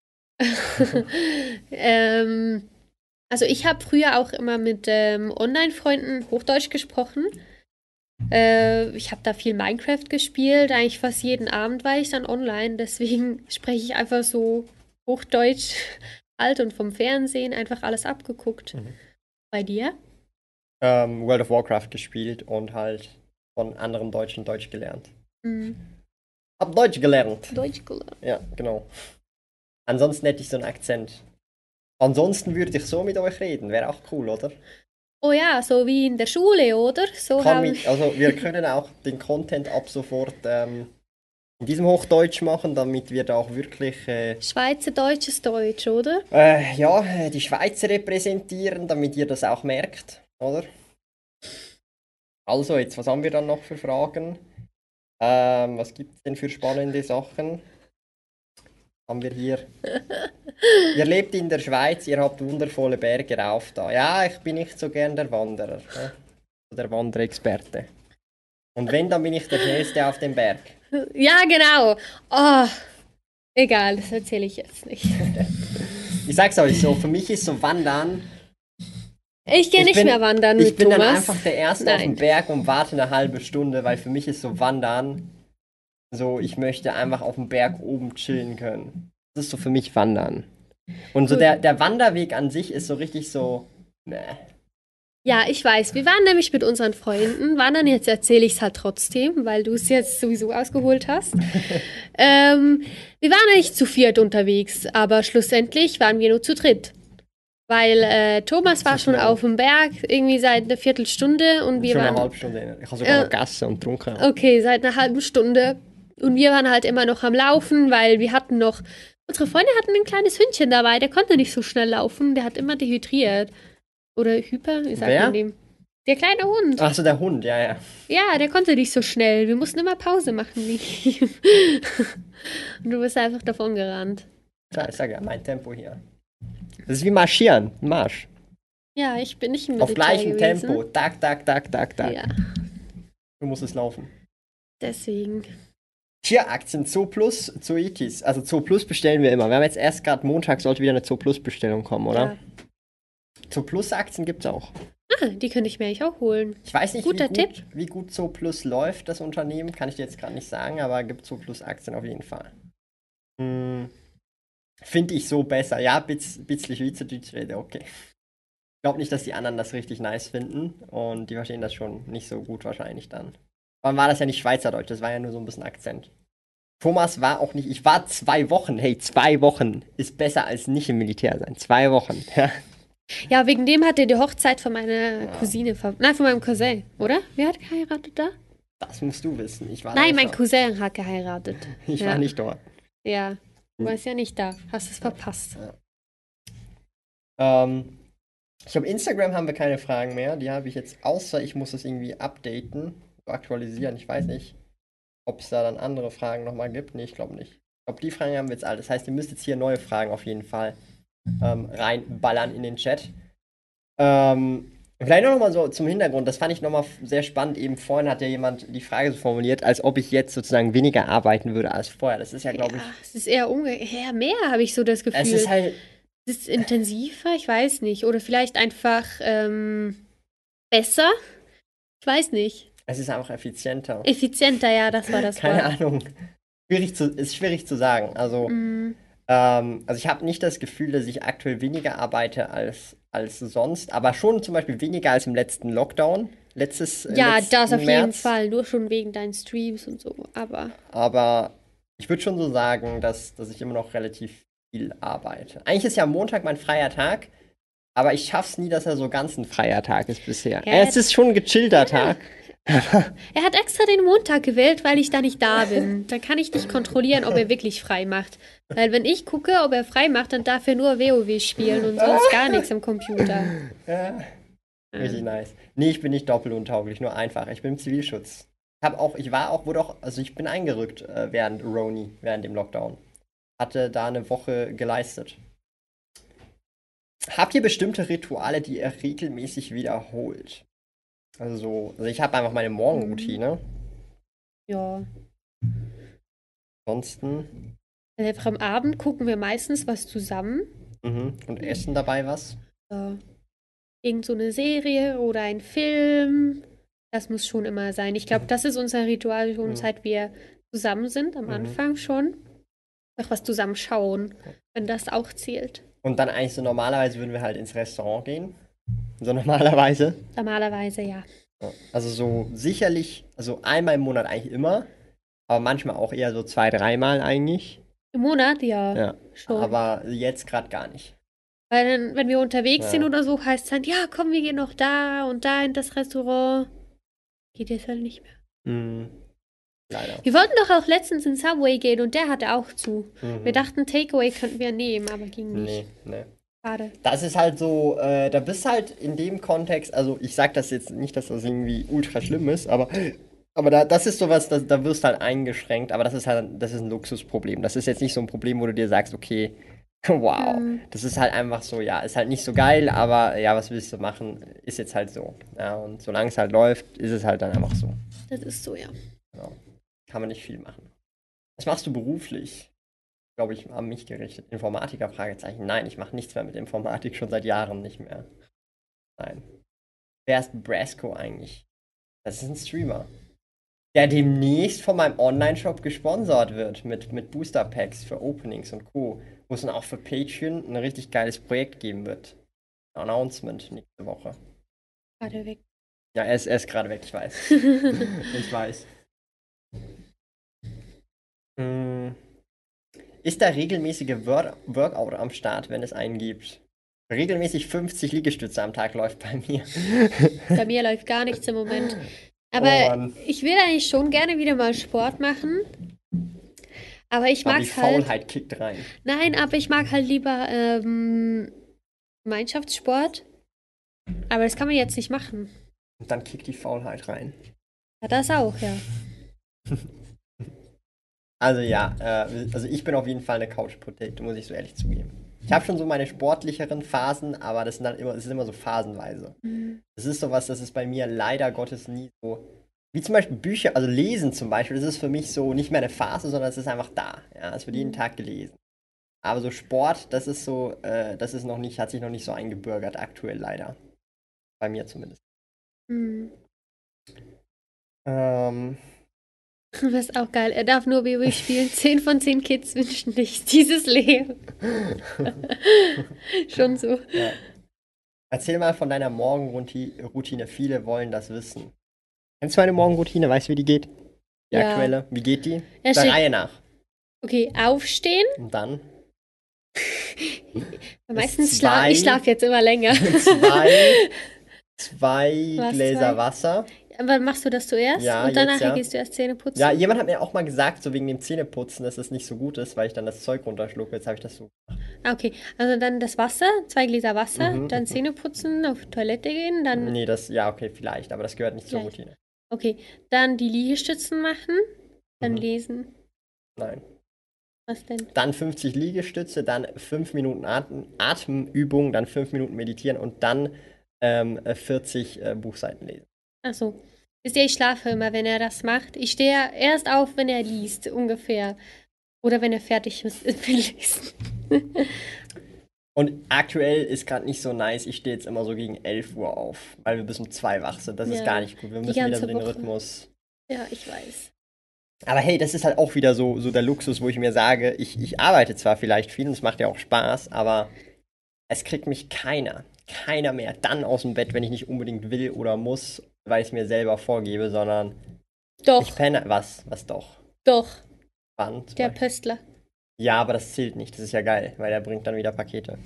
ähm, also ich habe früher auch immer mit ähm, Online-Freunden Hochdeutsch gesprochen. Äh, ich habe da viel Minecraft gespielt. Eigentlich fast jeden Abend war ich dann online. Deswegen spreche ich einfach so Hochdeutsch alt und vom Fernsehen einfach alles abgeguckt. Mhm. Bei dir? Ähm, World of Warcraft gespielt und halt von anderen Deutschen Deutsch gelernt. Mhm. Hab Deutsch gelernt. Deutsch gelernt. Ja, genau. Ansonsten hätte ich so einen Akzent. Ansonsten würde ich so mit euch reden. Wäre auch cool, oder? Oh ja, so wie in der Schule, oder? So Kann haben mit, also wir können auch den Content ab sofort ähm, in diesem Hochdeutsch machen, damit wir da auch wirklich äh, Schweizerdeutsches Deutsch, oder? äh, ja, äh, die Schweiz repräsentieren, damit ihr das auch merkt, oder? Also jetzt, was haben wir dann noch für Fragen? Ähm, was gibt es denn für spannende Sachen? Haben wir hier Ihr lebt in der Schweiz, ihr habt wundervolle Berge rauf da. Ja, ich bin nicht so gern der Wanderer. Ne? Der Wanderexperte. Und wenn, dann bin ich der Schnellste auf dem Berg. Ja, genau. Oh, egal, das erzähle ich jetzt nicht. Ich sag's euch so, für mich ist so Wandern... Ich gehe nicht bin, mehr wandern Ich mit bin Thomas. dann einfach der Erste Nein. auf dem Berg und warte eine halbe Stunde, weil für mich ist so Wandern... So, ich möchte einfach auf dem Berg oben chillen können. Das ist so für mich Wandern. Und so der, der Wanderweg an sich ist so richtig so... Ne. Ja, ich weiß. Wir waren nämlich mit unseren Freunden wandern. Jetzt erzähle ich es halt trotzdem, weil du es jetzt sowieso ausgeholt hast. ähm, wir waren eigentlich zu viert unterwegs, aber schlussendlich waren wir nur zu dritt. Weil äh, Thomas war schon auf dem Berg, irgendwie seit einer Viertelstunde und wir schon waren... eine halbe Stunde. Ich habe sogar äh, noch gegessen und getrunken. Okay, seit einer halben Stunde. Und wir waren halt immer noch am Laufen, weil wir hatten noch... Unsere Freunde hatten ein kleines Hündchen dabei, der konnte nicht so schnell laufen, der hat immer dehydriert. Oder Hyper, wie sagt Wer? man dem? Der kleine Hund. Ach so, der Hund, ja, ja. Ja, der konnte nicht so schnell. Wir mussten immer Pause machen mit ihm. Und du bist einfach davon gerannt. Klar, ich sag ja, mein Tempo hier. Das ist wie Marschieren, Marsch. Ja, ich bin nicht im Auf Militär gleichem gewesen. Tempo. Tak, tak, tak, tak, tak. Ja, Du musst es laufen. deswegen. Tieraktien, Zooplus, Zoetis. Also Zooplus bestellen wir immer. Wir haben jetzt erst gerade Montag, sollte wieder eine Zooplus-Bestellung kommen, oder? Ja. Zooplus-Aktien gibt's auch. Ah, die könnte ich mir eigentlich auch holen. Ich weiß nicht, Guter wie, gut, wie gut Zooplus läuft, das Unternehmen. Kann ich dir jetzt gerade nicht sagen, aber gibt Zooplus-Aktien auf jeden Fall. Hm. Finde ich so besser. Ja, bitz, bitzlich Schweizerdeutsch rede, okay. Ich glaube nicht, dass die anderen das richtig nice finden. Und die verstehen das schon nicht so gut wahrscheinlich dann. Aber war das ja nicht Schweizerdeutsch, das war ja nur so ein bisschen Akzent. Thomas war auch nicht, ich war zwei Wochen, hey, zwei Wochen ist besser als nicht im Militär sein. Zwei Wochen, ja. Ja, wegen dem hat er die Hochzeit von meiner Cousine, ver nein, von meinem Cousin, oder? Wer hat geheiratet da? Das musst du wissen. Ich war Nein, da mein Cousin hat geheiratet. Ich ja. war nicht dort. Ja, du warst ja nicht da. Hast es verpasst. Ja. Ähm, ich glaube, Instagram haben wir keine Fragen mehr. Die habe ich jetzt, außer ich muss es irgendwie updaten, aktualisieren. Ich weiß nicht, ob es da dann andere Fragen nochmal gibt. Nee, ich glaube nicht. Ich glaube, die Fragen haben wir jetzt alle. Das heißt, ihr müsst jetzt hier neue Fragen auf jeden Fall ähm, reinballern in den Chat. Ähm, vielleicht noch mal so zum Hintergrund. Das fand ich nochmal sehr spannend. Eben vorhin hat ja jemand die Frage so formuliert, als ob ich jetzt sozusagen weniger arbeiten würde als vorher. Das ist ja, glaube Ja, ich... es ist eher, umge eher mehr, habe ich so das Gefühl. Es ist halt... Es ist intensiver, ich weiß nicht. Oder vielleicht einfach ähm, besser. Ich weiß nicht. Es ist einfach effizienter. Effizienter, ja, das war das Keine Wort. Ahnung. Schwierig zu, ist schwierig zu sagen. Also, Mm. ähm, also ich habe nicht das Gefühl, dass ich aktuell weniger arbeite als, als sonst, aber schon zum Beispiel weniger als im letzten Lockdown. Letztes äh, Ja, letzten das auf jeden März. Fall. Nur schon wegen deinen Streams und so. Aber Aber ich würde schon so sagen, dass, dass ich immer noch relativ viel arbeite. Eigentlich ist ja Montag mein freier Tag, aber ich schaff's nie, dass er so ganz ein freier Tag ist bisher. Ja, es ist schon ein gechillter Tag. er hat extra den Montag gewählt, weil ich da nicht da bin. Dann kann ich nicht kontrollieren, ob er wirklich frei macht. Weil wenn ich gucke, ob er frei macht, dann darf er nur WoW spielen und sonst gar nichts am Computer. Ja. Richtig nice. Nee, ich bin nicht doppeluntauglich, nur einfach. Ich bin im Zivilschutz. Ich hab auch, ich war auch, wurde auch, also ich bin eingerückt äh, während Roni, während dem Lockdown. Hatte da eine Woche geleistet. Habt ihr bestimmte Rituale, die ihr regelmäßig wiederholt? Also so, also ich habe einfach meine Morgenroutine. Ja. Ansonsten. Einfach am Abend gucken wir meistens was zusammen. Mhm. Und essen dabei was? Ja. Irgend so eine Serie oder ein Film. Das muss schon immer sein. Ich glaube, das ist unser Ritual schon, Mhm. seit wir zusammen sind, am Mhm. Anfang schon. Noch was zusammen schauen, wenn das auch zählt. Und dann eigentlich so normalerweise würden wir halt ins Restaurant gehen. So normalerweise. Normalerweise ja. Ja, also so sicherlich, also einmal im Monat eigentlich immer, aber manchmal auch eher so zwei, dreimal eigentlich. Im Monat, ja. Ja, Schon. aber jetzt gerade gar nicht. Weil dann, wenn wir unterwegs Ja. sind oder so, heißt es dann, ja, komm, wir gehen noch da und da in das Restaurant. Geht jetzt halt nicht mehr. Mhm. Leider. Wir wollten doch auch letztens in Subway gehen und der hatte auch zu. Mhm. Wir dachten, Takeaway könnten wir nehmen, aber ging nicht. Nee, nee. Schade. Das ist halt so, äh, da bist halt in dem Kontext, also ich sag das jetzt nicht, dass das irgendwie ultra schlimm ist, aber, aber da, das ist sowas, da, da wirst halt eingeschränkt, aber das ist halt, das ist ein Luxusproblem. Das ist jetzt nicht so ein Problem, wo du dir sagst, okay, Wow. Mhm. Das ist halt einfach so, ja, ist halt nicht so geil, aber ja, was willst du machen? Ist jetzt halt so. Ja, und solange es halt läuft, ist es halt dann einfach so. Das ist so, ja. Genau. Kann man nicht viel machen. Was machst du beruflich? Glaube ich, an mich gerichtet. Informatiker? Fragezeichen. Nein, ich mache nichts mehr mit Informatik, schon seit Jahren nicht mehr. Nein. Wer ist Brasco eigentlich? Das ist ein Streamer, der demnächst von meinem Online-Shop gesponsert wird mit, mit Booster-Packs für Openings und Co. Wo es dann auch für Patreon ein richtig geiles Projekt geben wird. Announcement nächste Woche. Gerade weg. Ja, er ist, er ist gerade weg, ich weiß. Ich weiß. Hm. Ist da regelmäßige Wor Workout am Start, wenn es einen gibt? Regelmäßig fünfzig Liegestütze am Tag läuft bei mir. Bei mir läuft gar nichts im Moment. Oh Aber Mann. ich will eigentlich schon gerne wieder mal Sport machen. Aber ich Aber die mag's halt. Faulheit kickt rein. Nein, aber ich mag halt lieber ähm, Gemeinschaftssport. Aber das kann man jetzt nicht machen. Und dann kickt die Faulheit rein. Ja, das auch, ja. Also ja, äh, also ich bin auf jeden Fall eine Couch-Potato, muss ich so ehrlich zugeben. Ich habe schon so meine sportlicheren Phasen, aber das sind dann immer, es ist immer so phasenweise. Mhm. Das ist sowas, das ist bei mir leider Gottes nie so. Wie zum Beispiel Bücher, also Lesen zum Beispiel, das ist für mich so nicht mehr eine Phase, sondern es ist einfach da. Ja, es wird jeden Tag gelesen. Aber so Sport, das ist so, äh, das ist noch nicht, hat sich noch nicht so eingebürgert, aktuell leider. Bei mir zumindest. Mhm. Ähm, Das ist auch geil. Er darf nur WoW spielen. Zehn von zehn Kids wünschen sich dieses Leben. Schon so. ja. Erzähl mal von deiner Morgenroutine. Viele wollen das wissen. Kennst du meine Morgenroutine? Weißt du, wie die geht? Die Ja. aktuelle? Wie geht die? Ja, Der steht- Reihe nach. Okay, aufstehen. Und dann Meistens zwei- schlafe ich schlaf jetzt immer länger. zwei, zwei Was, Gläser zwei? Wasser. Aber machst du das zuerst? Ja, und danach jetzt, ja. gehst du erst Zähne putzen? Ja, jemand hat mir auch mal gesagt, so wegen dem Zähneputzen, dass das nicht so gut ist, weil ich dann das Zeug runterschlucke. Jetzt habe ich das so. Ah, okay, also dann das Wasser, zwei Gläser Wasser, Mhm. dann Zähne putzen, auf Toilette gehen, dann, Nee, das, ja, okay, vielleicht, aber das gehört nicht zur Vielleicht. Routine. okay, dann die Liegestützen machen, dann Mhm. lesen. Nein. Was denn? Dann fünfzig Liegestütze, dann fünf Minuten Atem Atemübung, dann fünf Minuten meditieren und dann ähm, vierzig äh, Buchseiten lesen. Ach so. Wisst ihr, ich schlafe immer, wenn er das macht. Ich stehe erst auf, wenn er liest, ungefähr. Oder wenn er fertig ist mit Lesen. Und aktuell ist gerade nicht so nice, ich stehe jetzt immer so gegen elf Uhr auf, weil wir bis um zwei wach sind. Das Ja, ist gar nicht gut. Wir die müssen wieder ganze so den Woche. Rhythmus. Ja, ich weiß. Aber hey, das ist halt auch wieder so, so der Luxus, wo ich mir sage, ich, ich arbeite zwar vielleicht viel und es macht ja auch Spaß, aber es kriegt mich keiner, keiner mehr dann aus dem Bett, wenn ich nicht unbedingt will oder muss, weil ich es mir selber vorgebe, sondern Doch, ich penne. Was? Was doch? doch, Wann? zum der Beispiel? Pöstler. Ja, aber das zählt nicht. Das ist ja geil, weil der bringt dann wieder Pakete.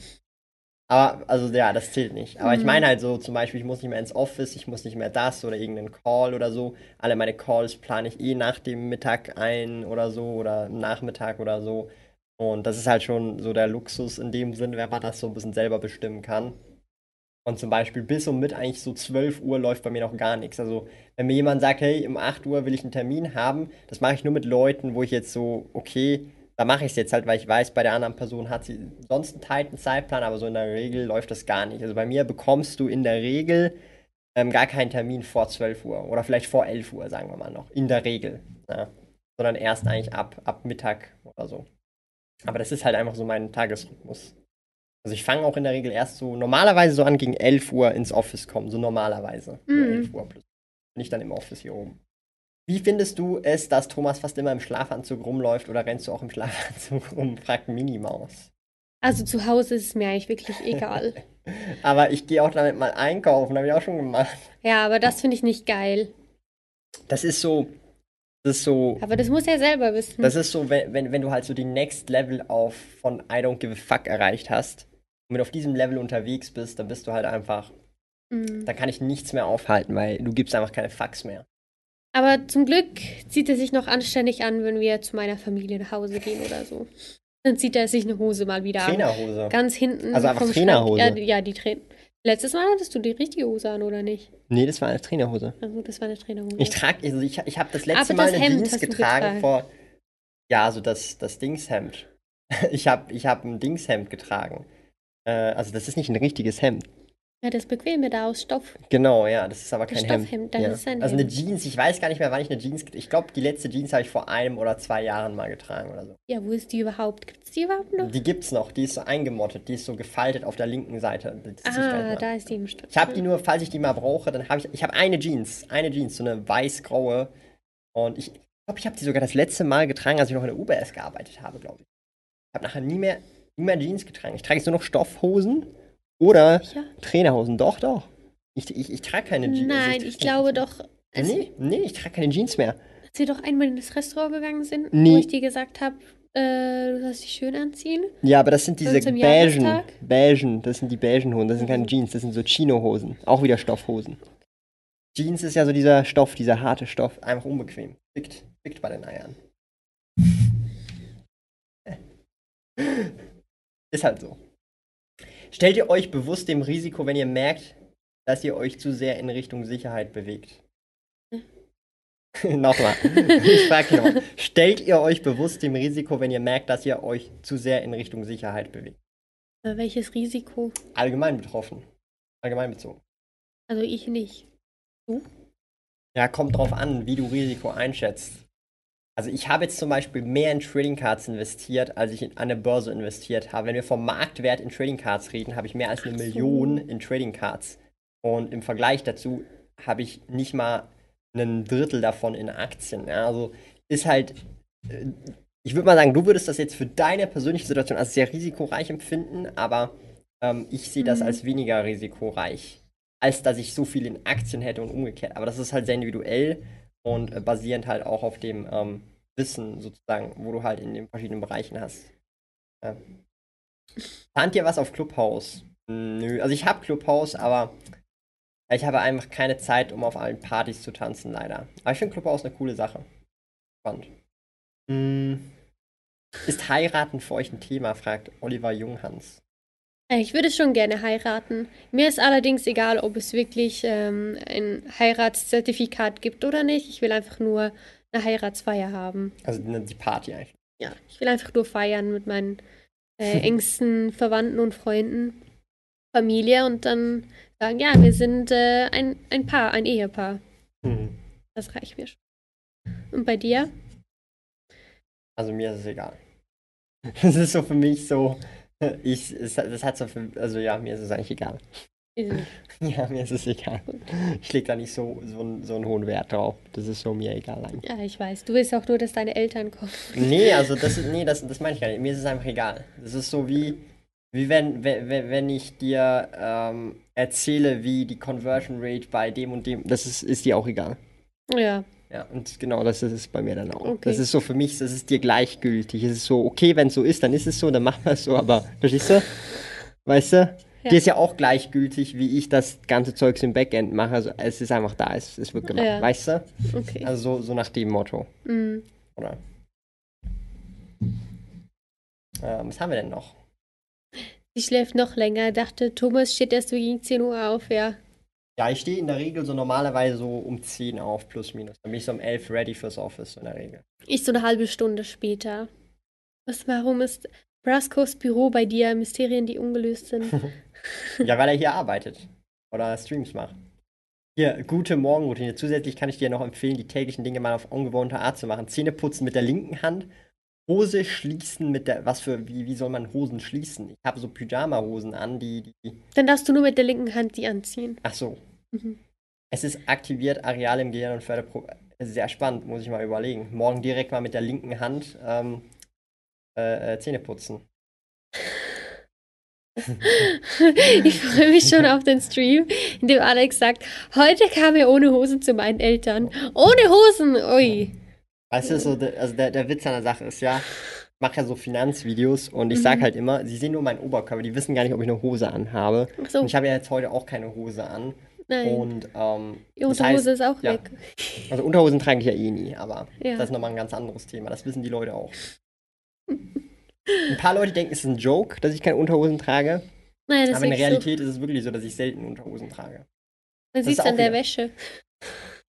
Aber, also ja, das zählt nicht. Aber ich Mhm. meine halt so, zum Beispiel, ich muss nicht mehr ins Office, ich muss nicht mehr das oder irgendeinen Call oder so. Alle meine Calls plane ich eh nach dem Mittag ein oder so oder am Nachmittag oder so. Und das ist halt schon so der Luxus in dem Sinn, wenn man das so ein bisschen selber bestimmen kann. Und zum Beispiel bis und mit eigentlich so zwölf Uhr läuft bei mir noch gar nichts. Also, wenn mir jemand sagt, hey, um acht Uhr will ich einen Termin haben, das mache ich nur mit Leuten, wo ich jetzt so, okay, da mache ich es jetzt halt, weil ich weiß, bei der anderen Person hat sie sonst einen tighten Zeitplan, aber so in der Regel läuft das gar nicht. Also bei mir bekommst du in der Regel ähm, gar keinen Termin vor zwölf Uhr oder vielleicht vor elf Uhr, sagen wir mal noch. In der Regel. Ja. Sondern erst eigentlich ab, ab Mittag oder so. Aber das ist halt einfach so mein Tagesrhythmus. Also ich fange auch in der Regel erst so normalerweise so an gegen elf Uhr ins Office kommen, so normalerweise. So Mhm. elf Uhr plus. Bin ich dann im Office hier oben. Wie findest du es, dass Thomas fast immer im Schlafanzug rumläuft oder rennst du auch im Schlafanzug rum? Fragt Minimaus. Also zu Hause ist es mir eigentlich wirklich egal. Aber ich gehe auch damit mal einkaufen, habe ich auch schon gemacht. Ja, aber das finde ich nicht geil. Das ist so, das ist so, Aber das muss er selber wissen. das ist so, wenn, wenn, wenn du halt so die Next Level auf von I don't give a fuck erreicht hast und wenn du auf diesem Level unterwegs bist, dann bist du halt einfach, Mhm. dann kann ich nichts mehr aufhalten, weil du gibst einfach keine Fucks mehr. Aber zum Glück zieht er sich noch anständig an, wenn wir zu meiner Familie nach Hause gehen oder so. Dann zieht er sich eine Hose mal wieder an. Trainerhose. Ganz hinten. Also einfach vom Trainerhose. Schrank. Ja, ja, die Trainer. Letztes Mal hattest du die richtige Hose an, oder nicht? Nee, das war eine Trainerhose. Also, das war eine Trainerhose. Ich trage, also ich, ich habe das letzte Aber Mal das eine Hemd Jeans hast du getragen getragen. vor, ja, so das, das Dingshemd. Ich habe ich hab ein Dingshemd getragen. Äh, also das ist nicht ein richtiges Hemd. Ja, das Bequeme da aus Stoff. Genau, ja, das ist aber Das kein Hemd. Stoffhemd, das Ja. ist ein Also eine Hemd. Jeans, ich weiß gar nicht mehr, wann ich eine Jeans, get- ich glaube, die letzte Jeans habe ich vor einem oder zwei Jahren mal getragen oder so. Ja, wo ist die überhaupt? Gibt es die überhaupt noch? Die gibt's noch, die ist so eingemottet, die ist so gefaltet auf der linken Seite. Das ziehe ich gar nicht Ah, mehr da an. ist die im Stoff. Ich habe die nur, falls ich die mal brauche, dann habe ich, ich habe eine Jeans, eine Jeans, so eine weiß-graue. Und ich glaube, ich habe die sogar das letzte Mal getragen, als ich noch in der U B S gearbeitet habe, glaube ich. Ich habe nachher nie mehr, nie mehr Jeans getragen. Ich trage jetzt nur noch Stoffhosen oder Sicher? Trainerhosen. Doch, doch. Ich, ich, ich trage keine Jeans. Also Nein, trage ich keine glaube Jeans doch, mehr. als, Nee, nee, ich trage keine Jeans mehr. als wir doch einmal in das Restaurant gegangen sind, Nee. wo ich dir gesagt habe, äh, du sollst dich schön anziehen. Ja, aber das sind diese unserem beigen, Jahrestag? beigen, das sind die beigen Hosen, das sind keine Mhm. Jeans, das sind so Chino-Hosen. Auch wieder Stoffhosen. Jeans ist ja so dieser Stoff, dieser harte Stoff, einfach unbequem. Fickt, fickt bei den Eiern. Ist halt so. Stellt ihr euch bewusst dem Risiko, wenn ihr merkt, dass ihr euch zu sehr in Richtung Sicherheit bewegt? Nochmal. Ich frage nochmal. Stellt ihr euch bewusst dem Risiko, wenn ihr merkt, dass ihr euch zu sehr in Richtung Sicherheit bewegt? Äh, welches Risiko? Allgemein betroffen. Allgemein bezogen. Also ich nicht. Du? Ja, kommt drauf an, wie du Risiko einschätzt. Also ich habe jetzt zum Beispiel mehr in Trading Cards investiert, als ich in, an der Börse investiert habe. Wenn wir vom Marktwert in Trading Cards reden, habe ich mehr als eine Ach so. Million in Trading Cards. Und im Vergleich dazu habe ich nicht mal ein Drittel davon in Aktien. Ja, also ist halt, äh, ich würde mal sagen, du würdest das jetzt für deine persönliche Situation als sehr risikoreich empfinden, aber ähm, ich sehe das Mhm. als weniger risikoreich, als dass ich so viel in Aktien hätte und umgekehrt. Aber das ist halt sehr individuell und äh, basierend halt auch auf dem ähm, Wissen sozusagen, wo du halt in den verschiedenen Bereichen hast. Ja. Plant ihr was auf Clubhouse? Nö, also ich habe Clubhouse, aber ich habe einfach keine Zeit, um auf allen Partys zu tanzen, leider. Aber ich finde Clubhouse eine coole Sache. Spannend. Hm. Ist heiraten für euch ein Thema, fragt Oliver Junghans. Äh, Ich würde schon gerne heiraten. Mir ist allerdings egal, ob es wirklich ähm, ein Heiratszertifikat gibt oder nicht. Ich will einfach nur eine Heiratsfeier haben. Also ne, die Party eigentlich. Ja, ich will einfach nur feiern mit meinen äh, engsten Verwandten und Freunden, Familie und dann sagen, ja, wir sind äh, ein, ein Paar, ein Ehepaar. Hm. Das reicht mir schon. Und bei dir? Also mir ist es egal. Das ist so für mich so, ich, es, das hat so für, also ja, mir ist es eigentlich egal. Ist- Ja, mir ist es egal. Ich lege da nicht so, so, einen- so einen hohen Wert drauf. Das ist so mir egal eigentlich. Ja, ich weiß. Du willst auch nur, dass deine Eltern kommen. Nee, also das, nee, das, das meine ich gar nicht. Mir ist es einfach egal. Das ist so wie, wie wenn, wenn, wenn ich dir ähm, erzähle, wie die Conversion Rate bei dem und dem, das ist, ist dir auch egal. Ja, Ja, und genau das ist es bei mir dann auch. Okay. Das ist so für mich, das ist dir gleichgültig. Es ist so, okay, wenn es so ist, dann ist es so, dann machen wir es so, aber verstehst du? Weißt du? Ja. Dir ist ja auch gleichgültig, wie ich das ganze Zeugs im Backend mache. Also es ist einfach da, es, es wird gemacht. Ja. Weißt du? okay. Also so, so nach dem Motto. Mhm. Oder? Ähm, was haben wir denn noch? Sie schläft noch länger. Dachte, Thomas steht erst so gegen zehn Uhr auf, ja. Ja, ich stehe in der Regel so normalerweise so um zehn auf, plus minus. Dann bin ich so um elf ready fürs Office in der Regel. Ich so eine halbe Stunde später. Was, warum ist Brascos Büro bei dir Mysterien, die ungelöst sind? Ja, weil er hier arbeitet. Oder Streams macht. Hier, gute Morgenroutine. Zusätzlich kann ich dir noch empfehlen, die täglichen Dinge mal auf ungewohnte Art zu machen. Zähne putzen mit der linken Hand. Hose schließen mit der. Was für. Wie, wie soll man Hosen schließen? Ich habe so Pyjama-Hosen an, die. die Dann darfst du nur mit der linken Hand die anziehen. ach so. Mhm. Es ist aktiviert Areale im Gehirn und fördert. Pro sehr spannend, muss ich mal überlegen. Morgen direkt mal mit der linken Hand ähm, äh, äh, Zähne putzen. Ich freue mich schon auf den Stream, in dem Alex sagt, heute kam er ohne Hosen zu meinen Eltern. Ohne Hosen, ui. Weißt du, so, der, also der, der Witz an der Sache ist ja, ich mache ja so Finanzvideos und ich sag Mhm. halt immer, sie sehen nur meinen Oberkörper, die wissen gar nicht, ob ich eine Hose anhabe. Ach so, Und ich habe ja jetzt heute auch keine Hose an. nein. Und ähm, Die das Unterhose heißt, ist auch ja. weg. Also Unterhosen trage ich ja eh nie, aber Ja. das ist nochmal ein ganz anderes Thema. Das wissen die Leute auch. Ein paar Leute denken, es ist ein Joke, dass ich keine Unterhosen trage. Nein, das Aber in ist der wirklich Realität ist es wirklich so, dass ich selten Unterhosen trage. so. Man das sieht ist es an auch der wieder- Wäsche.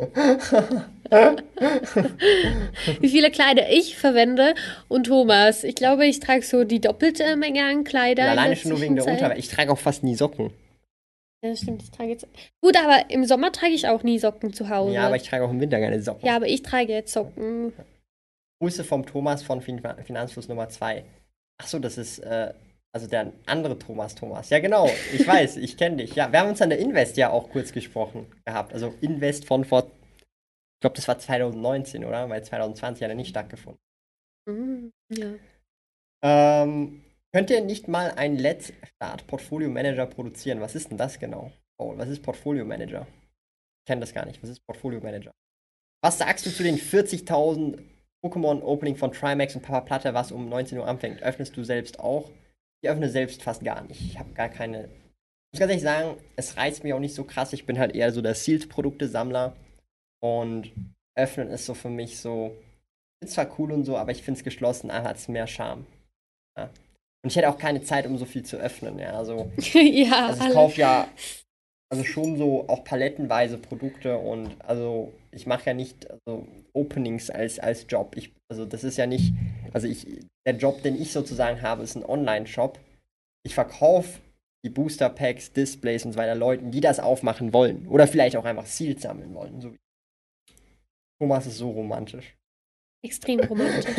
Wie viele Kleider ich verwende und Thomas. Ich glaube, ich trage so die doppelte Menge an Kleider. Ja, in alleine der schon nur wegen der Zwischenzeit. Unterwäsche. Ich trage auch fast nie Socken. Ja, stimmt, ich trage jetzt. Gut, aber im Sommer trage ich auch nie Socken zu Hause. Ja, aber ich trage auch im Winter keine Socken. Ja, aber ich trage jetzt Socken. Grüße vom Thomas von fin Finanzfluss Nummer zwei. Ach so, das ist, äh, also der andere Thomas Thomas. Ja, genau, ich weiß, ich kenne dich. Ja, wir haben uns an der Invest ja auch kurz gesprochen gehabt. Also Invest von vor, ich glaube, das war zwanzig neunzehn, oder? Weil zwanzig zwanzig hat er nicht stattgefunden. Mhm, ja. Ähm, könnt ihr nicht mal ein Let's Start Portfolio Manager produzieren? Was ist denn das genau? Oh, was ist Portfolio Manager? Ich kenne das gar nicht. Was ist Portfolio Manager? Was sagst du zu den vierzigtausend Pokémon Opening von Trimax und Papa Platte, was um neunzehn Uhr anfängt? Öffnest du selbst auch? Ich öffne selbst fast gar nicht. Ich habe gar keine. Ich muss ganz ehrlich sagen, es reizt mich auch nicht so krass. Ich bin halt eher so der Sealed-Produkte-Sammler. Und öffnen ist so für mich so. Ist zwar cool und so, aber ich finde es geschlossen, einfach hat es mehr Charme. Ja. Und ich hätte auch keine Zeit, um so viel zu öffnen. Ja, also, ja, also ich alle. kaufe ja also schon so auch palettenweise Produkte und also ich mache ja nicht also Openings als, als Job. Ich, also das ist ja nicht, also ich, der Job, den ich sozusagen habe, ist ein Online-Shop. Ich verkaufe die Booster Packs, Displays und so weiter Leuten, die das aufmachen wollen. Oder vielleicht auch einfach Seals sammeln wollen. So wie Thomas ist so romantisch. Extrem romantisch.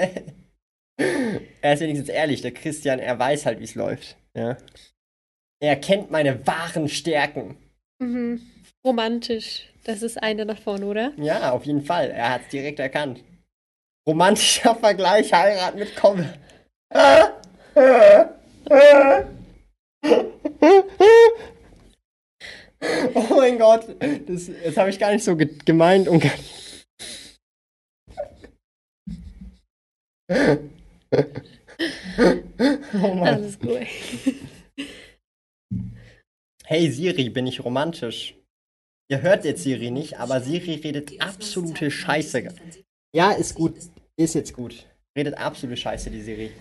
Er ist wenigstens ehrlich, der Christian, er weiß halt, wie es läuft. Ja. Er kennt meine wahren Stärken. Mhm. Romantisch. Das ist eine davon, oder? Ja, auf jeden Fall. Er hat es direkt erkannt. Romantischer Vergleich, Heirat mit Komme. Oh mein Gott, das, das habe ich gar nicht so ge gemeint. Und oh Mann. Alles gut. Hey Siri, bin ich romantisch? Ihr hört jetzt Siri nicht, aber Siri redet absolute Scheiße. Ja, ist gut. Ist jetzt gut. Redet absolute Scheiße, die Siri.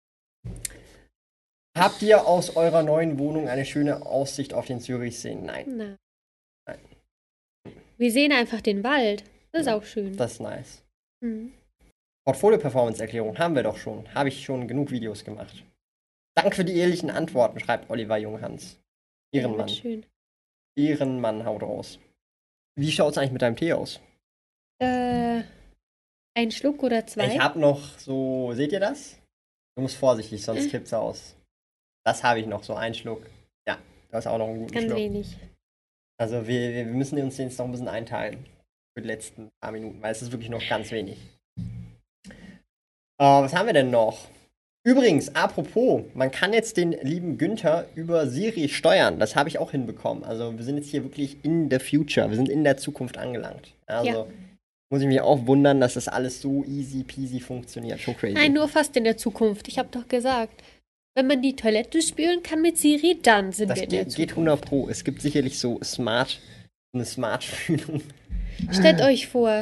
Habt ihr aus eurer neuen Wohnung eine schöne Aussicht auf den Zürichsee? Nein. Na. Nein. Wir sehen einfach den Wald. Das ist auch schön. Das ist nice. Mhm. Portfolio-Performance-Erklärung haben wir doch schon. Habe ich schon genug Videos gemacht. Danke für die ehrlichen Antworten, schreibt Oliver Junghans. Ehrenmann. Ja, schön. Ehrenmann, haut raus. Wie schaut es eigentlich mit deinem Tee aus? Äh, ein Schluck oder zwei? Ich habe noch so, seht ihr das? Du musst vorsichtig, sonst Äh. kippt's aus. Das habe ich noch, so einen Schluck. Ja, du hast auch noch einen guten Ganz Schluck. wenig. Also wir, wir müssen uns den jetzt noch ein bisschen einteilen. Für die letzten paar Minuten, weil es ist wirklich noch ganz wenig. Äh, was haben wir denn noch? Übrigens, apropos, man kann jetzt den lieben Günther über Siri steuern. Das habe ich auch hinbekommen. Also wir sind jetzt hier wirklich in the future. Wir sind in der Zukunft angelangt. Also Ja. muss ich mich auch wundern, dass das alles so easy peasy funktioniert. Schon crazy. Nein, nur fast in der Zukunft. Ich habe doch gesagt, wenn man die Toilette spülen kann mit Siri, dann sind das wir in der geht, Zukunft. geht hundert Pro. Es gibt sicherlich so smart, eine Smart-Fühlung. Stellt euch vor.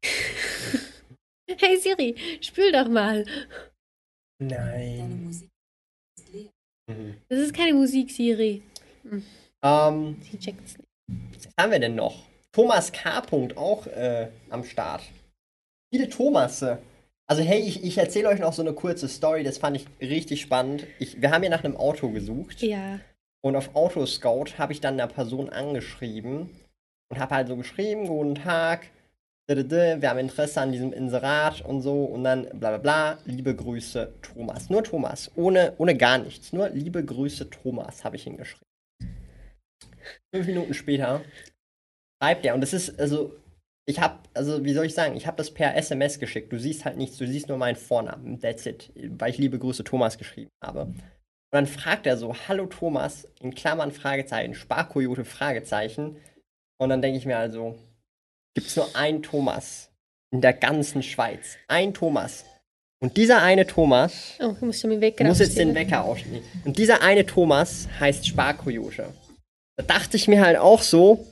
Hey Siri, spül doch mal. Nein. Mhm. Das ist keine Musik, Siri. Ähm, Sie checkt's nicht. Was haben wir denn noch? Thomas K. auch äh, am Start. Viele Thomasse. Also hey, ich, ich erzähle euch noch so eine kurze Story, das fand ich richtig spannend. Ich, wir haben hier nach einem Auto gesucht. Ja. Und auf Autoscout habe ich dann eine Person angeschrieben und habe halt so geschrieben, guten Tag, wir haben Interesse an diesem Inserat und so und dann bla bla bla, liebe Grüße Thomas. Nur Thomas, ohne, ohne gar nichts, nur liebe Grüße Thomas habe ich hingeschrieben. Fünf Minuten später schreibt er und das ist, also, ich habe, also wie soll ich sagen, ich habe das per S M S geschickt, du siehst halt nichts, du siehst nur meinen Vornamen, that's it, weil ich liebe Grüße Thomas geschrieben habe. Und dann fragt er so, hallo Thomas, in Klammern Fragezeichen, Sparkoyote Fragezeichen. Und dann denke ich mir also, gibt es nur einen Thomas in der ganzen Schweiz. Ein Thomas. Und dieser eine Thomas, Oh, ich muss schon den Wecker muss jetzt aufstellen. den Wecker aufstellen. Und dieser eine Thomas heißt Sparkoyote. Da dachte ich mir halt auch so,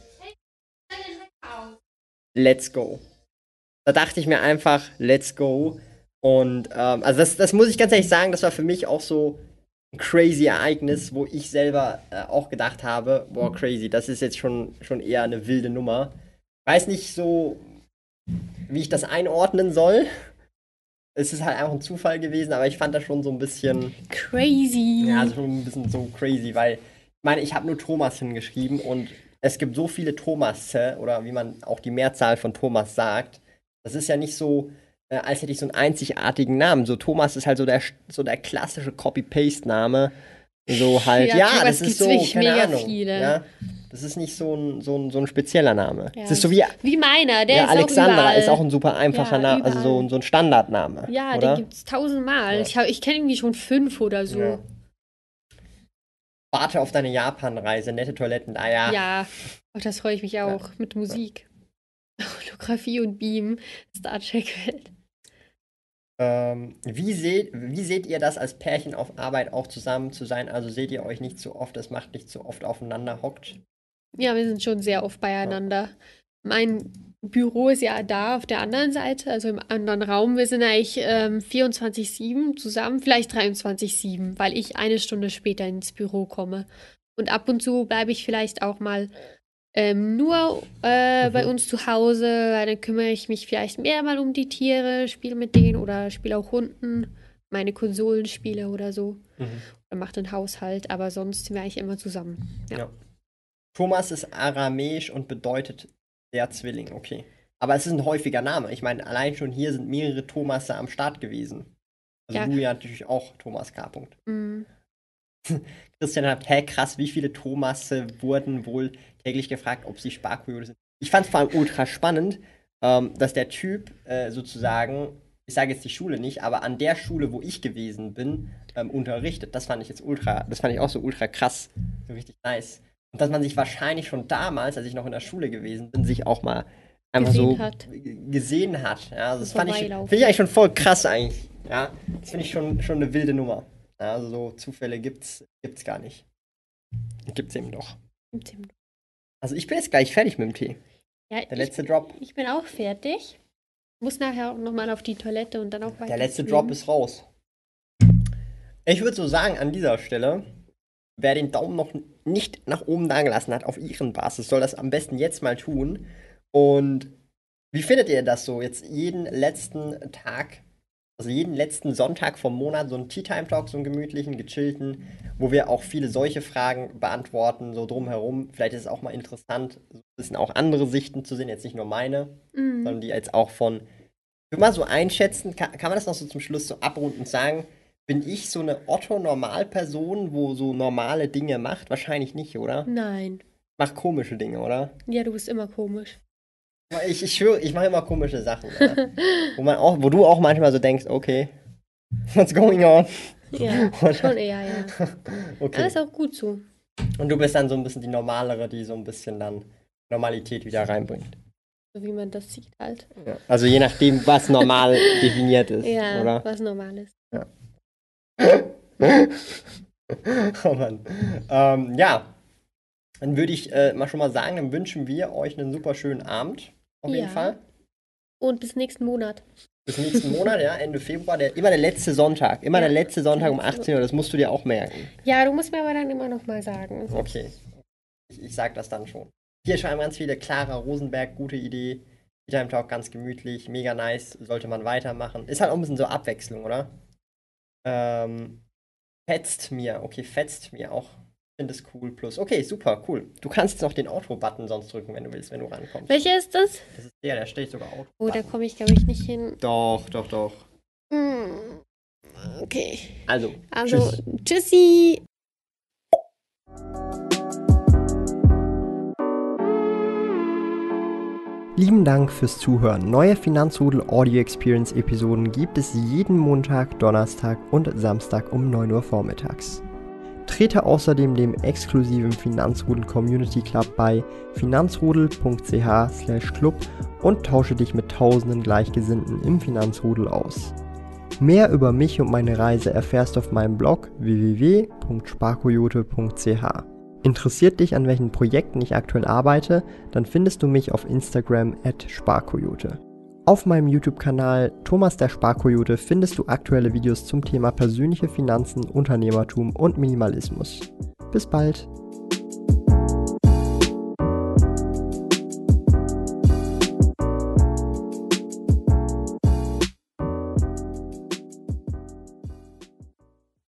let's go. Da dachte ich mir einfach, let's go. Und ähm, also das, das muss ich ganz ehrlich sagen, das war für mich auch so ein crazy Ereignis, wo ich selber äh, auch gedacht habe, boah, crazy, das ist jetzt schon, schon eher eine wilde Nummer. weiß nicht so, wie ich das einordnen soll. Es ist halt einfach ein Zufall gewesen, aber ich fand das schon so ein bisschen crazy. Ja, also schon ein bisschen so crazy, weil ich meine, ich habe nur Thomas hingeschrieben und es gibt so viele Thomasse oder wie man auch die Mehrzahl von Thomas sagt. Das ist ja nicht so, äh, als hätte ich so einen einzigartigen Namen. So Thomas ist halt so der, so der klassische Copy-Paste-Name. So halt, ja, ja das ist so, keine mega Ahnung. Viele. Ja, das ist nicht so ein, so ein, so ein spezieller Name. Ja, das ist so wie, wie meiner, der ja, ist Alexandra auch ist auch ein super einfacher ja, Name, also so, so ein Standardname. Ja, oder? den gibt's tausendmal. Ja. Ich, ich kenne irgendwie schon fünf oder so. Ja. Warte auf deine Japan-Reise, nette Toiletten, ah ja. Ja, auf das freue ich mich auch, ja. mit Musik. Fotografie und Beam, Star Trek-Welt. Ähm, wie, seht, wie seht ihr das als Pärchen auf Arbeit auch zusammen zu sein? Also seht ihr euch nicht so oft, es macht nicht so oft aufeinander hockt? Ja, wir sind schon sehr oft beieinander. Ja. Mein Büro ist ja da auf der anderen Seite, also im anderen Raum. Wir sind eigentlich ähm, vierundzwanzig sieben zusammen, vielleicht dreiundzwanzig sieben, weil ich eine Stunde später ins Büro komme. Und ab und zu bleibe ich vielleicht auch mal ähm, nur äh, mhm. bei uns zu Hause, weil dann kümmere ich mich vielleicht mehr mal um die Tiere, spiele mit denen oder spiele auch Hunden, meine Konsolenspiele oder so. Mhm. Oder mache den Haushalt, aber sonst sind wir eigentlich immer zusammen. Ja. ja. Thomas ist aramäisch und bedeutet der Zwilling, okay. Aber es ist ein häufiger Name. Ich meine, allein schon hier sind mehrere Thomasse am Start gewesen. Also ja. du ja natürlich auch Thomas K. Mhm. Christian hat, hä, krass, wie viele Thomasse wurden wohl täglich gefragt, ob sie Sparkoyote sind. Ich fand es vor allem ultra spannend, ähm, dass der Typ äh, sozusagen, ich sage jetzt die Schule nicht, aber an der Schule, wo ich gewesen bin, ähm, unterrichtet. Das fand ich jetzt ultra, das fand ich auch so ultra krass, so richtig nice. Und dass man sich wahrscheinlich schon damals, als ich noch in der Schule gewesen bin, sich auch mal einfach gesehen so hat. gesehen hat. Ja, also das fand ich, finde ich eigentlich schon voll krass eigentlich. Ja, das finde ich schon, schon eine wilde Nummer. Ja, also so Zufälle gibt's, gibt's gar nicht. Gibt's eben doch. Gibt's eben doch. Also ich bin jetzt gleich fertig mit dem Tee. Ja, der letzte ich, Drop. Ich bin auch fertig. Muss nachher auch nochmal auf die Toilette und dann auch weiter. Der letzte spielen. Drop ist raus. Ich würde so sagen, an dieser Stelle, wer den Daumen noch nicht nach oben dagelassen hat auf ihren Basis, soll das am besten jetzt mal tun. Und wie findet ihr das so? Jetzt jeden letzten Tag, also jeden letzten Sonntag vom Monat so einen Tea-Time-Talk, so einen gemütlichen, gechillten, wo wir auch viele solche Fragen beantworten, so drumherum. Vielleicht ist es auch mal interessant, so ein bisschen auch andere Sichten zu sehen, jetzt nicht nur meine, mhm. sondern die jetzt auch von, ich würde mal so einschätzen, kann, kann man das noch so zum Schluss so abrundend sagen, bin ich so eine Otto-Normal-Person, wo so normale Dinge macht? Wahrscheinlich nicht, oder? Nein. Mach komische Dinge, oder? Ja, du bist immer komisch. Ich, ich schwöre, ich mache immer komische Sachen. Ja. wo, man auch, wo du auch manchmal so denkst, okay, what's going on? Ja, schon eher, ja. Okay. Das ist auch gut so. Und du bist dann so ein bisschen die Normalere, die so ein bisschen dann Normalität wieder reinbringt. So wie man das sieht halt. Ja. Also je nachdem, was normal definiert ist, ja, oder? was normal ist. Ja. oh Mann. Ähm, ja. Dann würde ich äh, mal schon mal sagen, dann wünschen wir euch einen super schönen Abend. Auf ja. jeden Fall. Und bis nächsten Monat. Bis nächsten Monat, ja, Ende Februar. Der, immer der letzte Sonntag. Immer ja. der letzte Sonntag um achtzehn Uhr. Das musst du dir auch merken. Ja, du musst mir aber dann immer noch mal sagen. Okay. Ich, ich sag das dann schon. Hier schreiben ganz viele. Clara Rosenberg, gute Idee. Tea Time Talk, ganz gemütlich. Mega nice. Sollte man weitermachen. Ist halt auch ein bisschen so Abwechslung, oder? Ähm, fetzt mir. Okay, fetzt mir auch. Ich finde es cool. Plus. Okay, super, cool. Du kannst noch den Outro-Button sonst drücken, wenn du willst, wenn du rankommst. Welcher ist das? Das ist der, der steht sogar Outro. Oh, da komme ich, glaube ich, nicht hin. Doch, doch, doch. Mm, okay. Also, also tschüss. Tschüssi. Lieben Dank fürs Zuhören. Neue Finanzrudel Audio Experience Episoden gibt es jeden Montag, Donnerstag und Samstag um neun Uhr vormittags. Trete außerdem dem exklusiven Finanzrudel Community Club bei finanzrudel punkt c h slash club und tausche dich mit tausenden Gleichgesinnten im Finanzrudel aus. Mehr über mich und meine Reise erfährst du auf meinem Blog w w w punkt sparkoyote punkt c h. Interessiert dich, an welchen Projekten ich aktuell arbeite, dann findest du mich auf Instagram at sparkoyote. Auf meinem YouTube-Kanal Thomas der Sparkoyote findest du aktuelle Videos zum Thema persönliche Finanzen, Unternehmertum und Minimalismus. Bis bald!